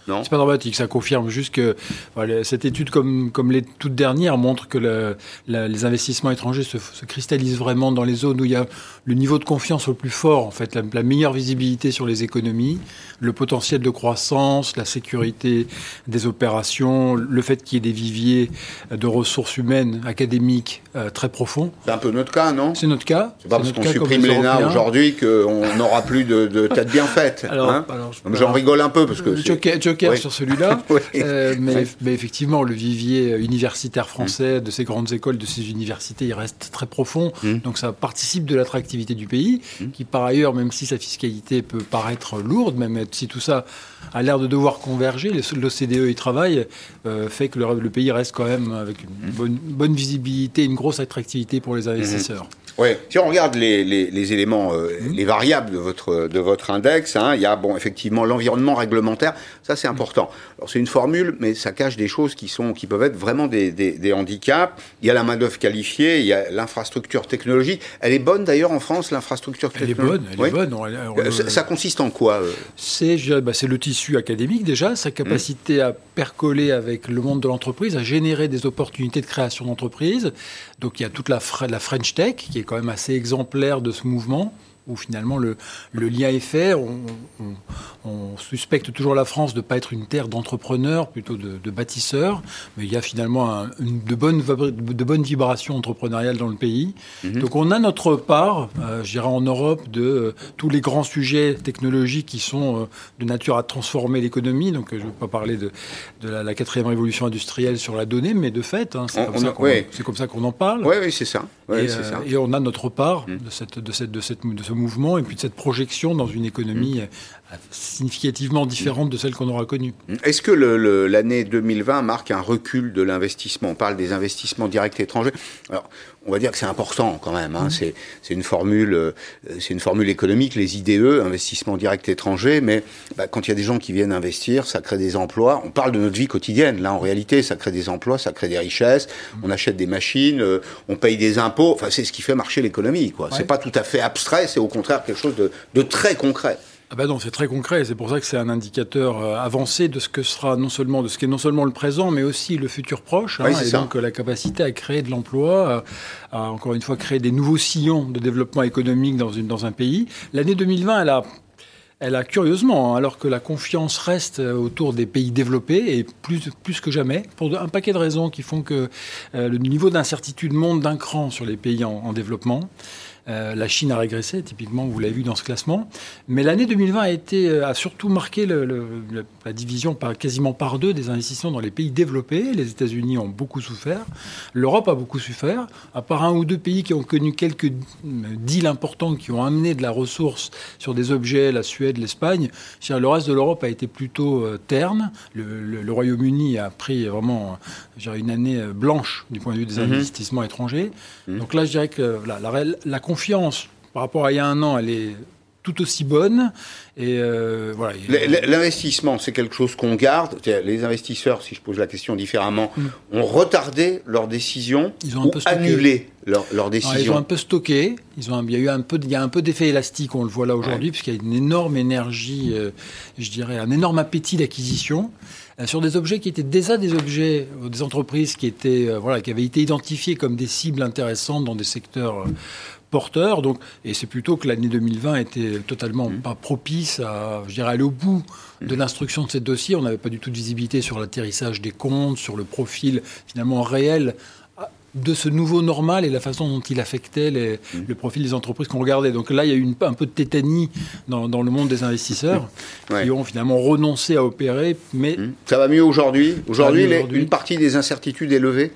Non. C'est pas dramatique. Ça confirme juste que voilà, cette étude, comme, comme les toutes dernières, montre que le, la, les investissements étrangers se, se cristallisent vraiment dans les zones où il y a le niveau de confiance le plus fort, en fait, la, la meilleure visibilité sur les économies, le potentiel de croissance, la sécurité des opérations, le fait qu'il y ait des viviers de ressources humaines, académiques, euh, très profonds. C'est un peu notre cas, non? C'est notre cas. C'est pas parce qu'on supprime l'E N A aujourd'hui qu'on n'aura plus de, de tête bien faite. Alors, hein alors, J'en rigole un peu parce que Joker, Joker oui. sur celui-là, oui. euh, mais, oui. mais effectivement le vivier universitaire français mmh. de ces grandes écoles, de ces universités, il reste très profond. Mmh. Donc ça participe de l'attractivité du pays, mmh. qui par ailleurs, même si sa fiscalité peut paraître lourde, même si tout ça a l'air de devoir converger, l'O C D E y travaille, euh, fait que le, le pays reste quand même avec une bonne, bonne visibilité, une grosse attractivité pour les investisseurs. Mmh. Oui, si on regarde les, les, les éléments, euh, mmh. les variables de votre, de votre index, hein, il y a bon, effectivement l'environnement réglementaire, ça c'est important. Alors c'est une formule, mais ça cache des choses qui, sont, qui peuvent être vraiment des, des, des handicaps. Il y a la main-d'œuvre qualifiée, il y a l'infrastructure technologique. Elle est bonne d'ailleurs en France, l'infrastructure technologique? Elle est bonne, elle oui. est bonne. On, on, ça, ça consiste en quoi euh c'est, je dirais, bah, c'est le tissu académique déjà, sa capacité mmh. à percoler avec le monde de l'entreprise, à générer des opportunités de création d'entreprise. Donc il y a toute la, la French Tech qui est quand même assez exemplaire de ce mouvement, où finalement le, le lien est fait. On, on, on suspecte toujours la France de ne pas être une terre d'entrepreneurs, plutôt de, de bâtisseurs, mais il y a finalement un, une, de, bonnes, de bonnes vibrations entrepreneuriales dans le pays. Mmh. Donc on a notre part, euh, je dirais en Europe, de euh, tous les grands sujets technologiques qui sont euh, de nature à transformer l'économie. Donc euh, je ne veux pas parler de, de la, la quatrième révolution industrielle sur la donnée, mais de fait, hein, c'est, on, comme on ça a, qu'on, oui. c'est comme ça qu'on en parle. Oui, oui, c'est ça. Oui, et, c'est euh, ça. et on a notre part mmh. de, cette, de, cette, de, cette, de ce mouvement et puis de cette projection dans une économie mmh. significativement différente de celle qu'on aura connue. Est-ce que le, le, l'année deux mille vingt marque un recul de l'investissement? On parle des investissements directs étrangers. Alors, on va dire que c'est important quand même. Hein. Mmh. C'est, c'est, une formule, euh, c'est une formule économique, les I D E, investissement direct étranger. Mais bah, quand il y a des gens qui viennent investir, ça crée des emplois. On parle de notre vie quotidienne. Là, en réalité, ça crée des emplois, ça crée des richesses. Mmh. On achète des machines, euh, on paye des impôts. Enfin, c'est ce qui fait marcher l'économie, quoi. Ouais. C'est pas tout à fait abstrait. C'est au contraire quelque chose de, de très concret. Ah ben non, c'est très concret. C'est pour ça que c'est un indicateur euh, avancé de ce que sera non seulement de ce qui est non seulement le présent, mais aussi le futur proche. Hein, oui, c'est et ça. Donc euh, la capacité à créer de l'emploi, à, à encore une fois créer des nouveaux sillons de développement économique dans une dans un pays. L'année deux mille vingt, elle a Elle a curieusement, alors que la confiance reste autour des pays développés, et plus, plus que jamais, pour un paquet de raisons qui font que euh, le niveau d'incertitude monte d'un cran sur les pays en, en développement. Euh, la Chine a régressé, typiquement, vous l'avez vu dans ce classement. Mais l'année deux mille vingt a, été, a surtout marqué le, le, le, la division par, quasiment par deux des investissements dans les pays développés. Les États-Unis ont beaucoup souffert. L'Europe a beaucoup souffert. À part un ou deux pays qui ont connu quelques deals importants qui ont amené de la ressource sur des objets, la Suède, l'Espagne, le reste de l'Europe a été plutôt euh, terne. Le, le, le Royaume-Uni a pris vraiment je dirais, une année blanche du point de vue des mmh. investissements étrangers. Mmh. Donc là, je dirais que la, la, la confiance par rapport à il y a un an, elle est tout aussi bonne. Et euh, voilà. L'investissement, c'est quelque chose qu'on garde. Les investisseurs, si je pose la question différemment, mmh. ont retardé leurs décisions ils ont un ou peu annulé leurs leur décisions. Ils ont un peu stocké. Ils ont un, il y a eu un peu, il y a un peu d'effet élastique, on le voit là aujourd'hui, ouais. puisqu'il y a une énorme énergie, euh, je dirais, un énorme appétit d'acquisition euh, sur des objets qui étaient déjà des objets, euh, des entreprises qui étaient, euh, voilà, qui avaient été identifiées comme des cibles intéressantes dans des secteurs euh, porteurs. Donc, et c'est plutôt que l'année deux mille vingt était totalement mmh. pas propice à, je dirais, aller au bout mmh. de l'instruction de ces dossiers. On n'avait pas du tout de visibilité sur l'atterrissage des comptes, sur le profil finalement réel de ce nouveau normal et la façon dont il affectait les, mmh. le profil des entreprises qu'on regardait. Donc là, il y a eu une, un peu de tétanie dans, dans le monde des investisseurs ouais. qui ont finalement renoncé à opérer. Mais mmh. Ça va mieux aujourd'hui. Aujourd'hui, les, aujourd'hui. Une partie des incertitudes est levée.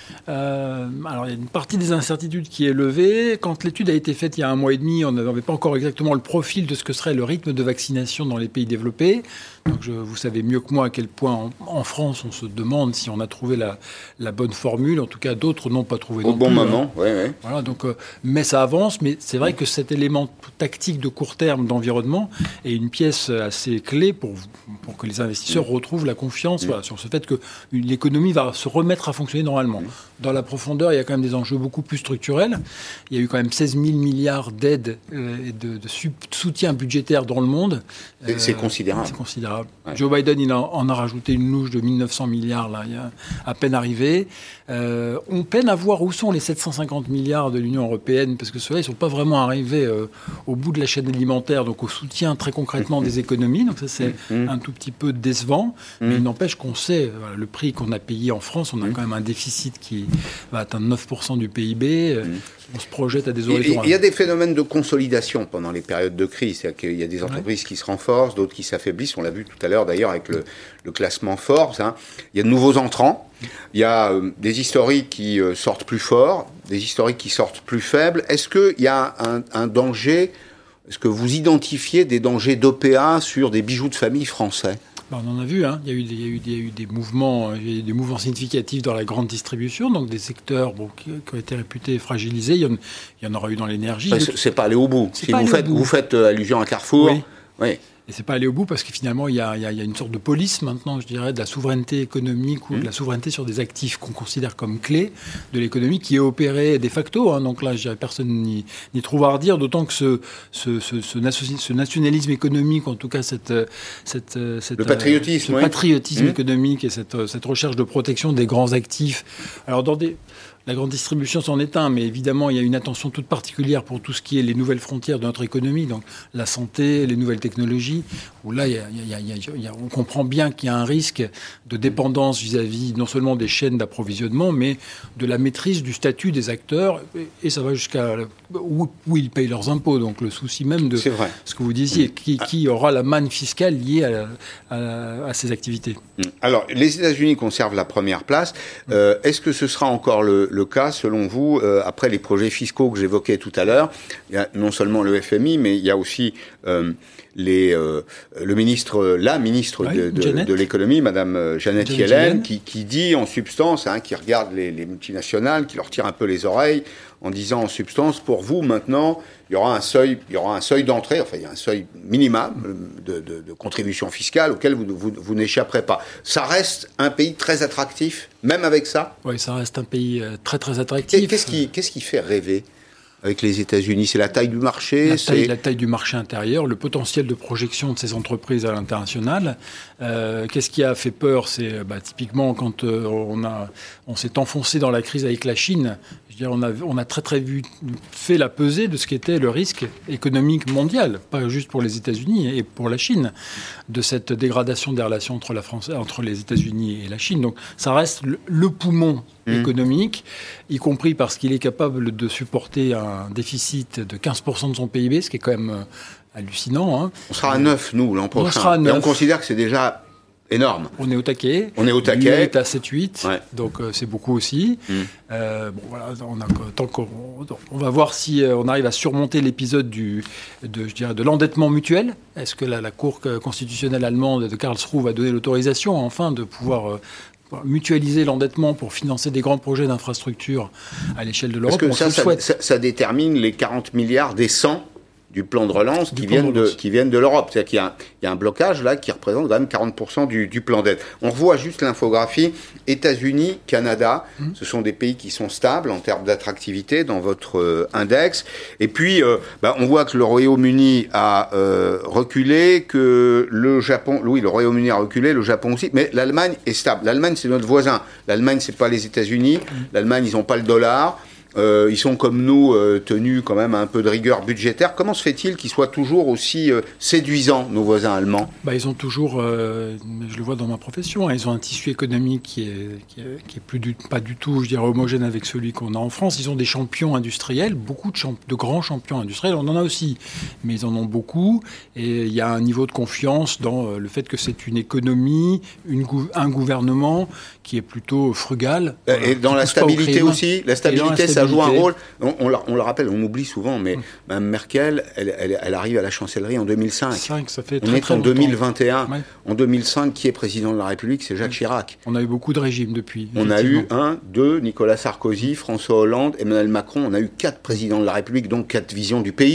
Euh, alors, il y a une partie des incertitudes qui est levée. Quand l'étude a été faite il y a un mois et demi, on n'avait pas encore exactement le profil de ce que serait le rythme de vaccination dans les pays développés. Donc, je, vous savez mieux que moi à quel point, en, en France, on se demande si on a trouvé la, la bonne formule. En tout cas, d'autres n'ont pas trouvé. Au non bon plus, moment, hein. oui, oui. Voilà, donc, euh, mais ça avance. Mais c'est vrai que cet élément tactique de court terme d'environnement est une pièce assez clé pour, pour que les investisseurs mmh. retrouvent la confiance mmh. voilà, sur ce fait que l'économie va se remettre à fonctionner normalement. Mmh. dans la profondeur, il y a quand même des enjeux beaucoup plus structurels. Il y a eu quand même seize mille milliards d'aides euh, et de, de soutien budgétaire dans le monde. C'est, euh, c'est considérable. C'est considérable. Ouais. Joe Biden, il en, en a rajouté une louche de mille neuf cents milliards, là, il y a à peine arrivé. Euh, on peine à voir où sont les sept cent cinquante milliards de l'Union européenne, parce que ceux-là, ils ne sont pas vraiment arrivés euh, au bout de la chaîne alimentaire, donc au soutien très concrètement des économies. Donc ça, c'est mmh. un tout petit peu décevant. Mmh. Mais il n'empêche qu'on sait, voilà, le prix qu'on a payé en France, on a mmh. quand même un déficit qui va atteindre neuf pour cent du P I B. Mmh. On se projette à des horizons. Il y a des phénomènes de consolidation pendant les périodes de crise. C'est-à-dire qu'il y a des entreprises ouais. qui se renforcent, d'autres qui s'affaiblissent. On l'a vu tout à l'heure d'ailleurs avec le, le classement Forbes. Hein. Il y a de nouveaux entrants. Il y a euh, des historiques qui euh, sortent plus forts, des historiques qui sortent plus faibles. Est-ce qu'il y a un, un danger, est-ce que vous identifiez des dangers d'O P A sur des bijoux de famille français ? Ben, on en a vu, hein. il, y a eu des, il, y a eu, il y a eu des mouvements, il y a eu des mouvements significatifs dans la grande distribution, donc des secteurs bon, qui, qui ont été réputés fragilisés. Il y en, il y en aura eu dans l'énergie. Ben, c'est, c'est pas aller au bout. Si vous faites, bout. vous faites euh, allusion à Carrefour, oui. oui. Et c'est pas aller au bout parce que finalement, il y a, il y a, il y a une sorte de police maintenant, je dirais, de la souveraineté économique ou mmh. de la souveraineté sur des actifs qu'on considère comme clés de l'économie qui est opérée de facto. Hein. Donc là, je dirais, personne n'y, n'y trouve à redire, d'autant que ce, ce, ce, ce, ce nationalisme économique, en tout cas cette, cette, cette le patriotisme, ce oui. patriotisme mmh. économique et cette, cette recherche de protection des grands actifs. Alors dans des La grande distribution s'en est un, mais évidemment, il y a une attention toute particulière pour tout ce qui est les nouvelles frontières de notre économie, donc la santé, les nouvelles technologies, où là, il y a, il y a, il y a, il y a, on comprend bien qu'il y a un risque de dépendance vis-à-vis non seulement des chaînes d'approvisionnement, mais de la maîtrise du statut des acteurs, et ça va jusqu'à où, où ils payent leurs impôts. Donc le souci même de ce que vous disiez, qui, qui aura la manne fiscale liée à, à, à ces activités. Alors, les États-Unis conservent la première place. Euh, est-ce que ce sera encore le le cas, selon vous, euh, après les projets fiscaux que j'évoquais tout à l'heure? Il y a non seulement le F M I, mais il y a aussi euh, les, euh, le ministre, la ministre oui, de, de, de l'économie, Madame Janet Yellen, qui, qui dit en substance, hein, qui regarde les, les multinationales, qui leur tire un peu les oreilles, en disant en substance, pour vous, maintenant, il y aura un seuil, il y aura un seuil d'entrée, enfin, il y a un seuil minimum de, de, de contribution fiscale auquel vous, vous, vous n'échapperez pas. Ça reste un pays très attractif, même avec ça? Oui, ça reste un pays très, très attractif. Qu'est-ce qui, qu'est-ce qui fait rêver avec les États-Unis? C'est la taille du marché? La taille, c'est... la taille du marché intérieur, le potentiel de projection de ces entreprises à l'international. Euh, qu'est-ce qui a fait peur? C'est bah, typiquement quand euh, on, a, on s'est enfoncé dans la crise avec la Chine. Je veux dire, on, a, on a très très vu, fait la pesée de ce qu'était le risque économique mondial, pas juste pour les États-Unis et pour la Chine, de cette dégradation des relations entre, la France, entre les États-Unis et la Chine. Donc ça reste le, le poumon mmh. économique, y compris parce qu'il est capable de supporter un déficit de quinze pour cent de son P I B, ce qui est quand même euh, hallucinant. Hein. On sera à neuf, nous, l'an prochain. On sera à neuf. Et on considère que c'est déjà énorme. On est au taquet. On est au taquet. Lui est à sept huit, ouais. donc euh, c'est beaucoup aussi. Mm. Euh, bon, voilà, on a, tant qu'on, on va voir si euh, on arrive à surmonter l'épisode du, de, je dirais, de l'endettement mutuel. Est-ce que la, la Cour constitutionnelle allemande de Karlsruhe va donner l'autorisation, enfin, de pouvoir... Euh, mutualiser l'endettement pour financer des grands projets d'infrastructure à l'échelle de l'Europe? Parce que ça, ça, ça, ça détermine les quarante milliards des cent du plan de relance qui viennent de, qui viennent de l'Europe. C'est-à-dire qu'il y a un, il y a un blocage là qui représente quand même quarante pour cent du, du plan d'aide. On revoit juste l'infographie. États-Unis, Canada, mmh. ce sont des pays qui sont stables en termes d'attractivité dans votre euh, index. Et puis, euh, bah, on voit que le Royaume-Uni a euh, reculé, que le Japon, oui, le Royaume-Uni a reculé, le Japon aussi, mais l'Allemagne est stable. L'Allemagne, c'est notre voisin. L'Allemagne, c'est pas les États-Unis. Mmh. L'Allemagne, ils n'ont pas le dollar. Euh, ils sont comme nous euh, tenus quand même à un peu de rigueur budgétaire. Comment se fait-il qu'ils soient toujours aussi euh, séduisants, nos voisins allemands? Bah, ils ont toujours, euh, je le vois dans ma profession, hein, ils ont un tissu économique qui est, qui est, qui est plus du, pas du tout, je dirais, homogène avec celui qu'on a en France. Ils ont des champions industriels, beaucoup de, champ- de grands champions industriels. On en a aussi, mais ils en ont beaucoup. Et il y a un niveau de confiance dans euh, le fait que c'est une économie, une gou- un gouvernement qui est plutôt frugal. Et voilà, dans la stabilité aussi, la stabilité, ça joue un rôle. On, on, on le rappelle, on oublie souvent, mais mmh. Mme Merkel, elle, elle, elle arrive à la chancellerie en deux mille cinq. cinq, ça fait on très, est très en deux mille vingt et un. Ouais. En deux mille cinq, qui est président de la République? C'est Jacques mmh. Chirac. On a eu beaucoup de régimes depuis. On a eu un, deux, Nicolas Sarkozy, François Hollande, Emmanuel Macron. On a eu quatre présidents de la République, donc quatre visions du pays.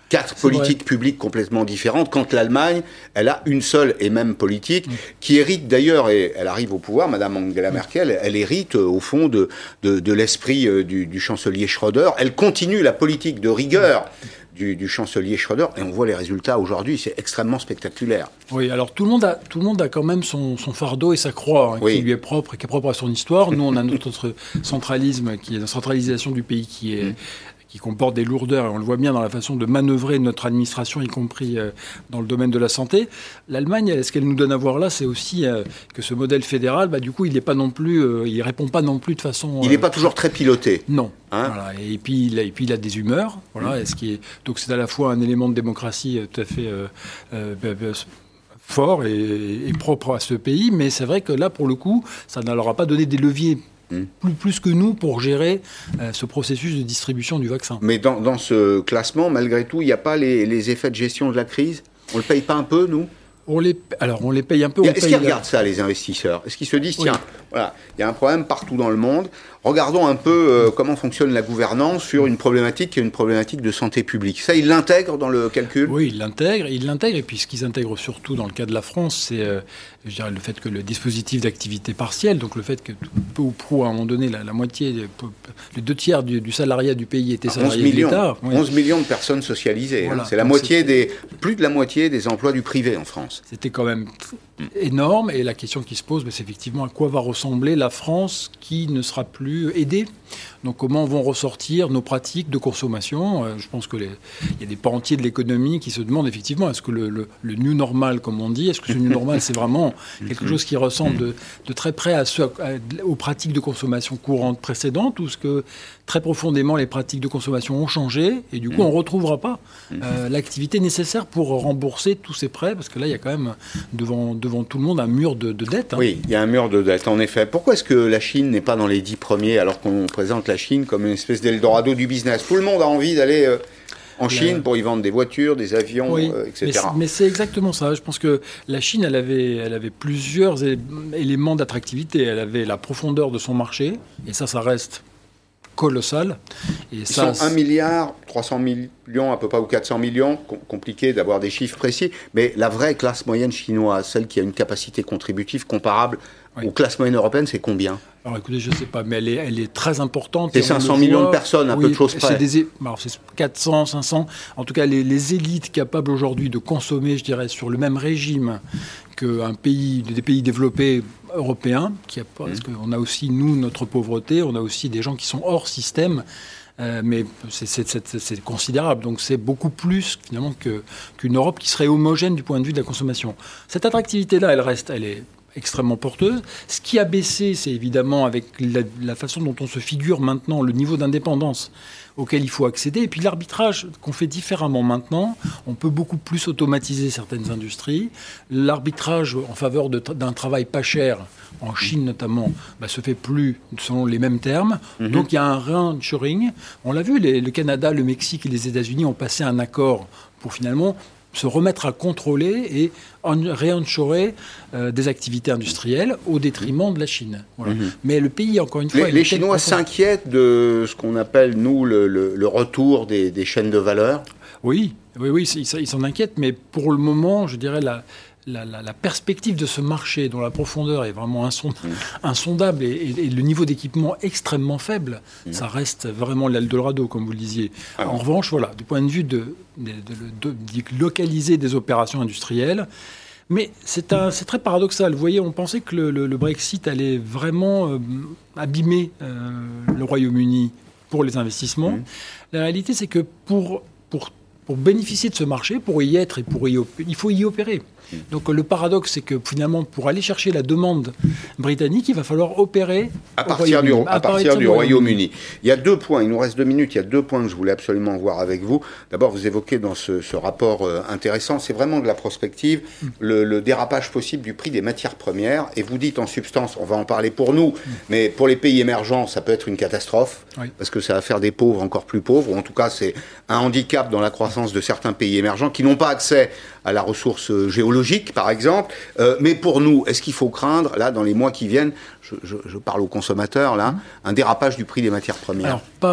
quatre politiques publiques complètement différentes, quand l'Allemagne, elle a une seule et même politique, mmh. qui hérite d'ailleurs, et elle arrive au pouvoir, Madame Angela Merkel, elle hérite euh, au fond de, de, de l'esprit euh, du, du chancelier Schröder. Elle continue la politique de rigueur du, du chancelier Schröder, et on voit les résultats aujourd'hui, c'est extrêmement spectaculaire. Oui, alors tout le monde a, tout le monde a quand même son, son fardeau et sa croix, hein, oui. qui lui est propre et qui est propre à son histoire. Nous, on a notre centralisme, qui est la centralisation du pays qui est... Mmh. qui comporte des lourdeurs, et on le voit bien dans la façon de manœuvrer notre administration, y compris euh, dans le domaine de la santé. L'Allemagne, ce qu'elle nous donne à voir là, c'est aussi euh, que ce modèle fédéral, bah, du coup, il n'est pas non plus, euh, il répond pas non plus de façon... Il n'est euh, pas toujours très piloté. Non. Hein voilà. Et puis, il a, et puis, il a des humeurs. Voilà. Mmh. Et ce qui est, donc, c'est à la fois un élément de démocratie tout à fait... Euh, euh, bah, bah, fort et, et propre à ce pays, mais c'est vrai que là, pour le coup, ça ne leur a pas donné des leviers Plus, plus que nous pour gérer euh, ce processus de distribution du vaccin. Mais dans, dans ce classement, malgré tout, il n'y a pas les, les effets de gestion de la crise ? On ne le paye pas un peu, nous ? On les, alors, on les paye un peu. Est-ce qu'ils regardent ça, les investisseurs ? Est-ce qu'ils se disent, tiens, oui. voilà, il y a un problème partout dans le monde, regardons un peu euh, comment fonctionne la gouvernance sur une problématique qui est une problématique de santé publique. Ça, ils l'intègrent dans le calcul ? Oui, ils l'intègrent. Ils l'intègrent. Et puis, ce qu'ils intègrent surtout dans le cas de la France, c'est euh, je dirais, le fait que le dispositif d'activité partielle, donc le fait que peu ou prou, à un moment donné, la, la moitié, les deux tiers du, du salariat du pays étaient salariés de l'État. Oui. onze millions de personnes socialisées. Voilà. Hein. C'est la donc moitié des, plus de la moitié des emplois du privé en France. C'était quand même énorme, et la question qui se pose, c'est effectivement à quoi va ressembler la France qui ne sera plus aidée. Donc comment vont ressortir nos pratiques de consommation ? euh, Je pense qu'il y a des pans entiers de l'économie qui se demandent effectivement, est-ce que le, le, le new normal, comme on dit, est-ce que ce new normal, c'est vraiment quelque chose qui ressemble de, de très près à ce, à, aux pratiques de consommation courantes précédentes, ou est-ce que très profondément les pratiques de consommation ont changé, et du coup on ne retrouvera pas euh, l'activité nécessaire pour rembourser tous ces prêts, parce que là il y a quand même devant, devant tout le monde un mur de, de dette. Hein. Oui, il y a un mur de dette, en effet. Pourquoi est-ce que la Chine n'est pas dans les dix premiers, alors qu'on présente la Chine comme une espèce d'Eldorado du business ? Tout le monde a envie d'aller euh, en Chine la... pour y vendre des voitures, des avions, oui, euh, et cetera. Mais c'est, mais c'est exactement ça. Je pense que la Chine, elle avait, elle avait plusieurs é- éléments d'attractivité. Elle avait la profondeur de son marché, et ça, ça reste colossal. Et Ils ça, sont un milliard trois cents millions à peu près, ou quatre cents millions, com- compliqué d'avoir des chiffres précis, mais la vraie classe moyenne chinoise, celle qui a une capacité contributive comparable oui. aux classes moyennes européennes, c'est combien ? Alors écoutez, je ne sais pas, mais elle est, elle est très importante. C'est cinq cents millions de personnes, un oui, peu de choses près. C'est, des, alors c'est quatre cents, cinq cents. En tout cas, les, les élites capables aujourd'hui de consommer, je dirais, sur le même régime qu'un pays, des pays développés européens, qui a, parce mmh. qu'on a aussi, nous, notre pauvreté, on a aussi des gens qui sont hors système. Euh, mais c'est, c'est, c'est, c'est considérable. Donc c'est beaucoup plus finalement que, qu'une Europe qui serait homogène du point de vue de la consommation. Cette attractivité-là, elle reste, elle est extrêmement porteuse. Ce qui a baissé, c'est évidemment avec la, la façon dont on se figure maintenant le niveau d'indépendance auquel il faut accéder. Et puis l'arbitrage qu'on fait différemment maintenant, on peut beaucoup plus automatiser certaines industries. L'arbitrage en faveur de, d'un travail pas cher, en Chine notamment, bah, se fait plus selon les mêmes termes. Mm-hmm. Donc il y a un re-ensuring. On l'a vu, les, le Canada, le Mexique et les États-Unis ont passé un accord pour finalement se remettre à contrôler et réinsurer euh, des activités industrielles au détriment de la Chine. Voilà. Mmh. Mais le pays, encore une fois... Les, les Chinois s'inquiètent de ce qu'on appelle, nous, le, le, le retour des, des chaînes de valeur ? Oui, oui, oui, ils, ils s'en inquiètent, mais pour le moment, je dirais, la, la, la, la perspective de ce marché, dont la profondeur est vraiment insond, mmh. insondable, et, et, et le niveau d'équipement extrêmement faible, mmh. ça reste vraiment l'Eldorado, comme vous le disiez. Ah en oui. revanche, voilà, du point de vue de... De, de, de, de localiser des opérations industrielles. Mais c'est, un, c'est très paradoxal. Vous voyez, on pensait que le, le, le Brexit allait vraiment euh, abîmer euh, le Royaume-Uni pour les investissements. Mmh. La réalité, c'est que pour, pour, pour bénéficier de ce marché, pour y être et pour y opérer, il faut y opérer. Donc le paradoxe, c'est que finalement, pour aller chercher la demande britannique, il va falloir opérer à partir du, à à partir du Royaume-Uni. Il y a deux points, il nous reste deux minutes, il y a deux points que je voulais absolument voir avec vous. D'abord, vous évoquez dans ce, ce rapport euh, intéressant, c'est vraiment de la prospective, mm. le, le dérapage possible du prix des matières premières. Et vous dites en substance, on va en parler pour nous, mm. mais pour les pays émergents, ça peut être une catastrophe, oui. parce que ça va faire des pauvres encore plus pauvres, ou en tout cas, c'est un handicap dans la croissance de certains pays émergents qui n'ont pas accès à la ressource géologique, par exemple. Euh, mais pour nous, est-ce qu'il faut craindre, là, dans les mois qui viennent, je, je, je parle aux consommateurs, là, mmh. un dérapage du prix des matières premières ? Alors, pas,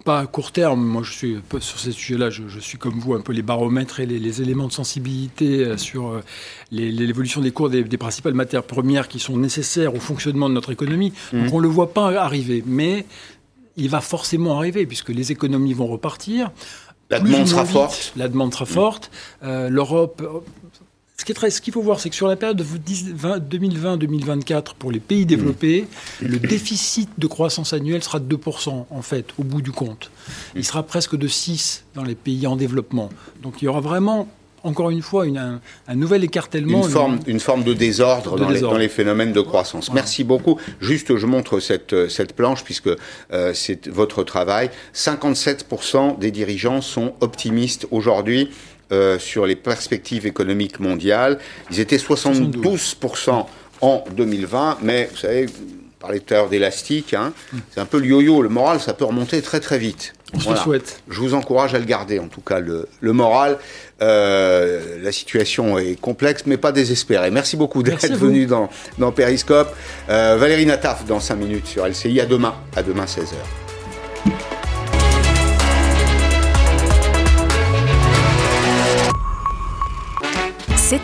pas à court terme. Moi, je suis sur ces sujets-là, je, je suis comme vous un peu les baromètres et les, les éléments de sensibilité sur les, l'évolution des cours des, des principales matières premières qui sont nécessaires au fonctionnement de notre économie. Mmh. Donc, on ne le voit pas arriver, mais il va forcément arriver puisque les économies vont repartir. La demande sera vite, forte. La demande sera mmh. forte. Euh, L'Europe... Ce, qui est très, ce qu'il faut voir, c'est que sur la période de deux mille vingt deux mille vingt-quatre, pour les pays développés, mmh. le déficit de croissance annuelle sera de deux pour cent, en fait, au bout du compte. Il sera presque de six dans les pays en développement. Donc il y aura vraiment, encore une fois, une, un, un nouvel écartèlement. Une forme, une... une forme de désordre, de dans, désordre. Les, dans les phénomènes de croissance. Ouais. Merci beaucoup. Juste, je montre cette, cette planche, puisque euh, c'est votre travail. cinquante-sept pour cent des dirigeants sont optimistes aujourd'hui. Euh, sur les perspectives économiques mondiales. Ils étaient soixante-douze pour cent en deux mille vingt, mais vous savez, vous parlez tout à l'heure d'élastique, hein, mm. c'est un peu le yo-yo. Le moral, ça peut remonter très très vite. On voilà. se souhaite. Je vous encourage à le garder, en tout cas, le, le moral. Euh, la situation est complexe, mais pas désespérée. Merci beaucoup d'être Merci venu dans, dans Périscope. Euh, Valérie Nataf, dans cinq minutes sur L C I. À demain, à demain seize heures.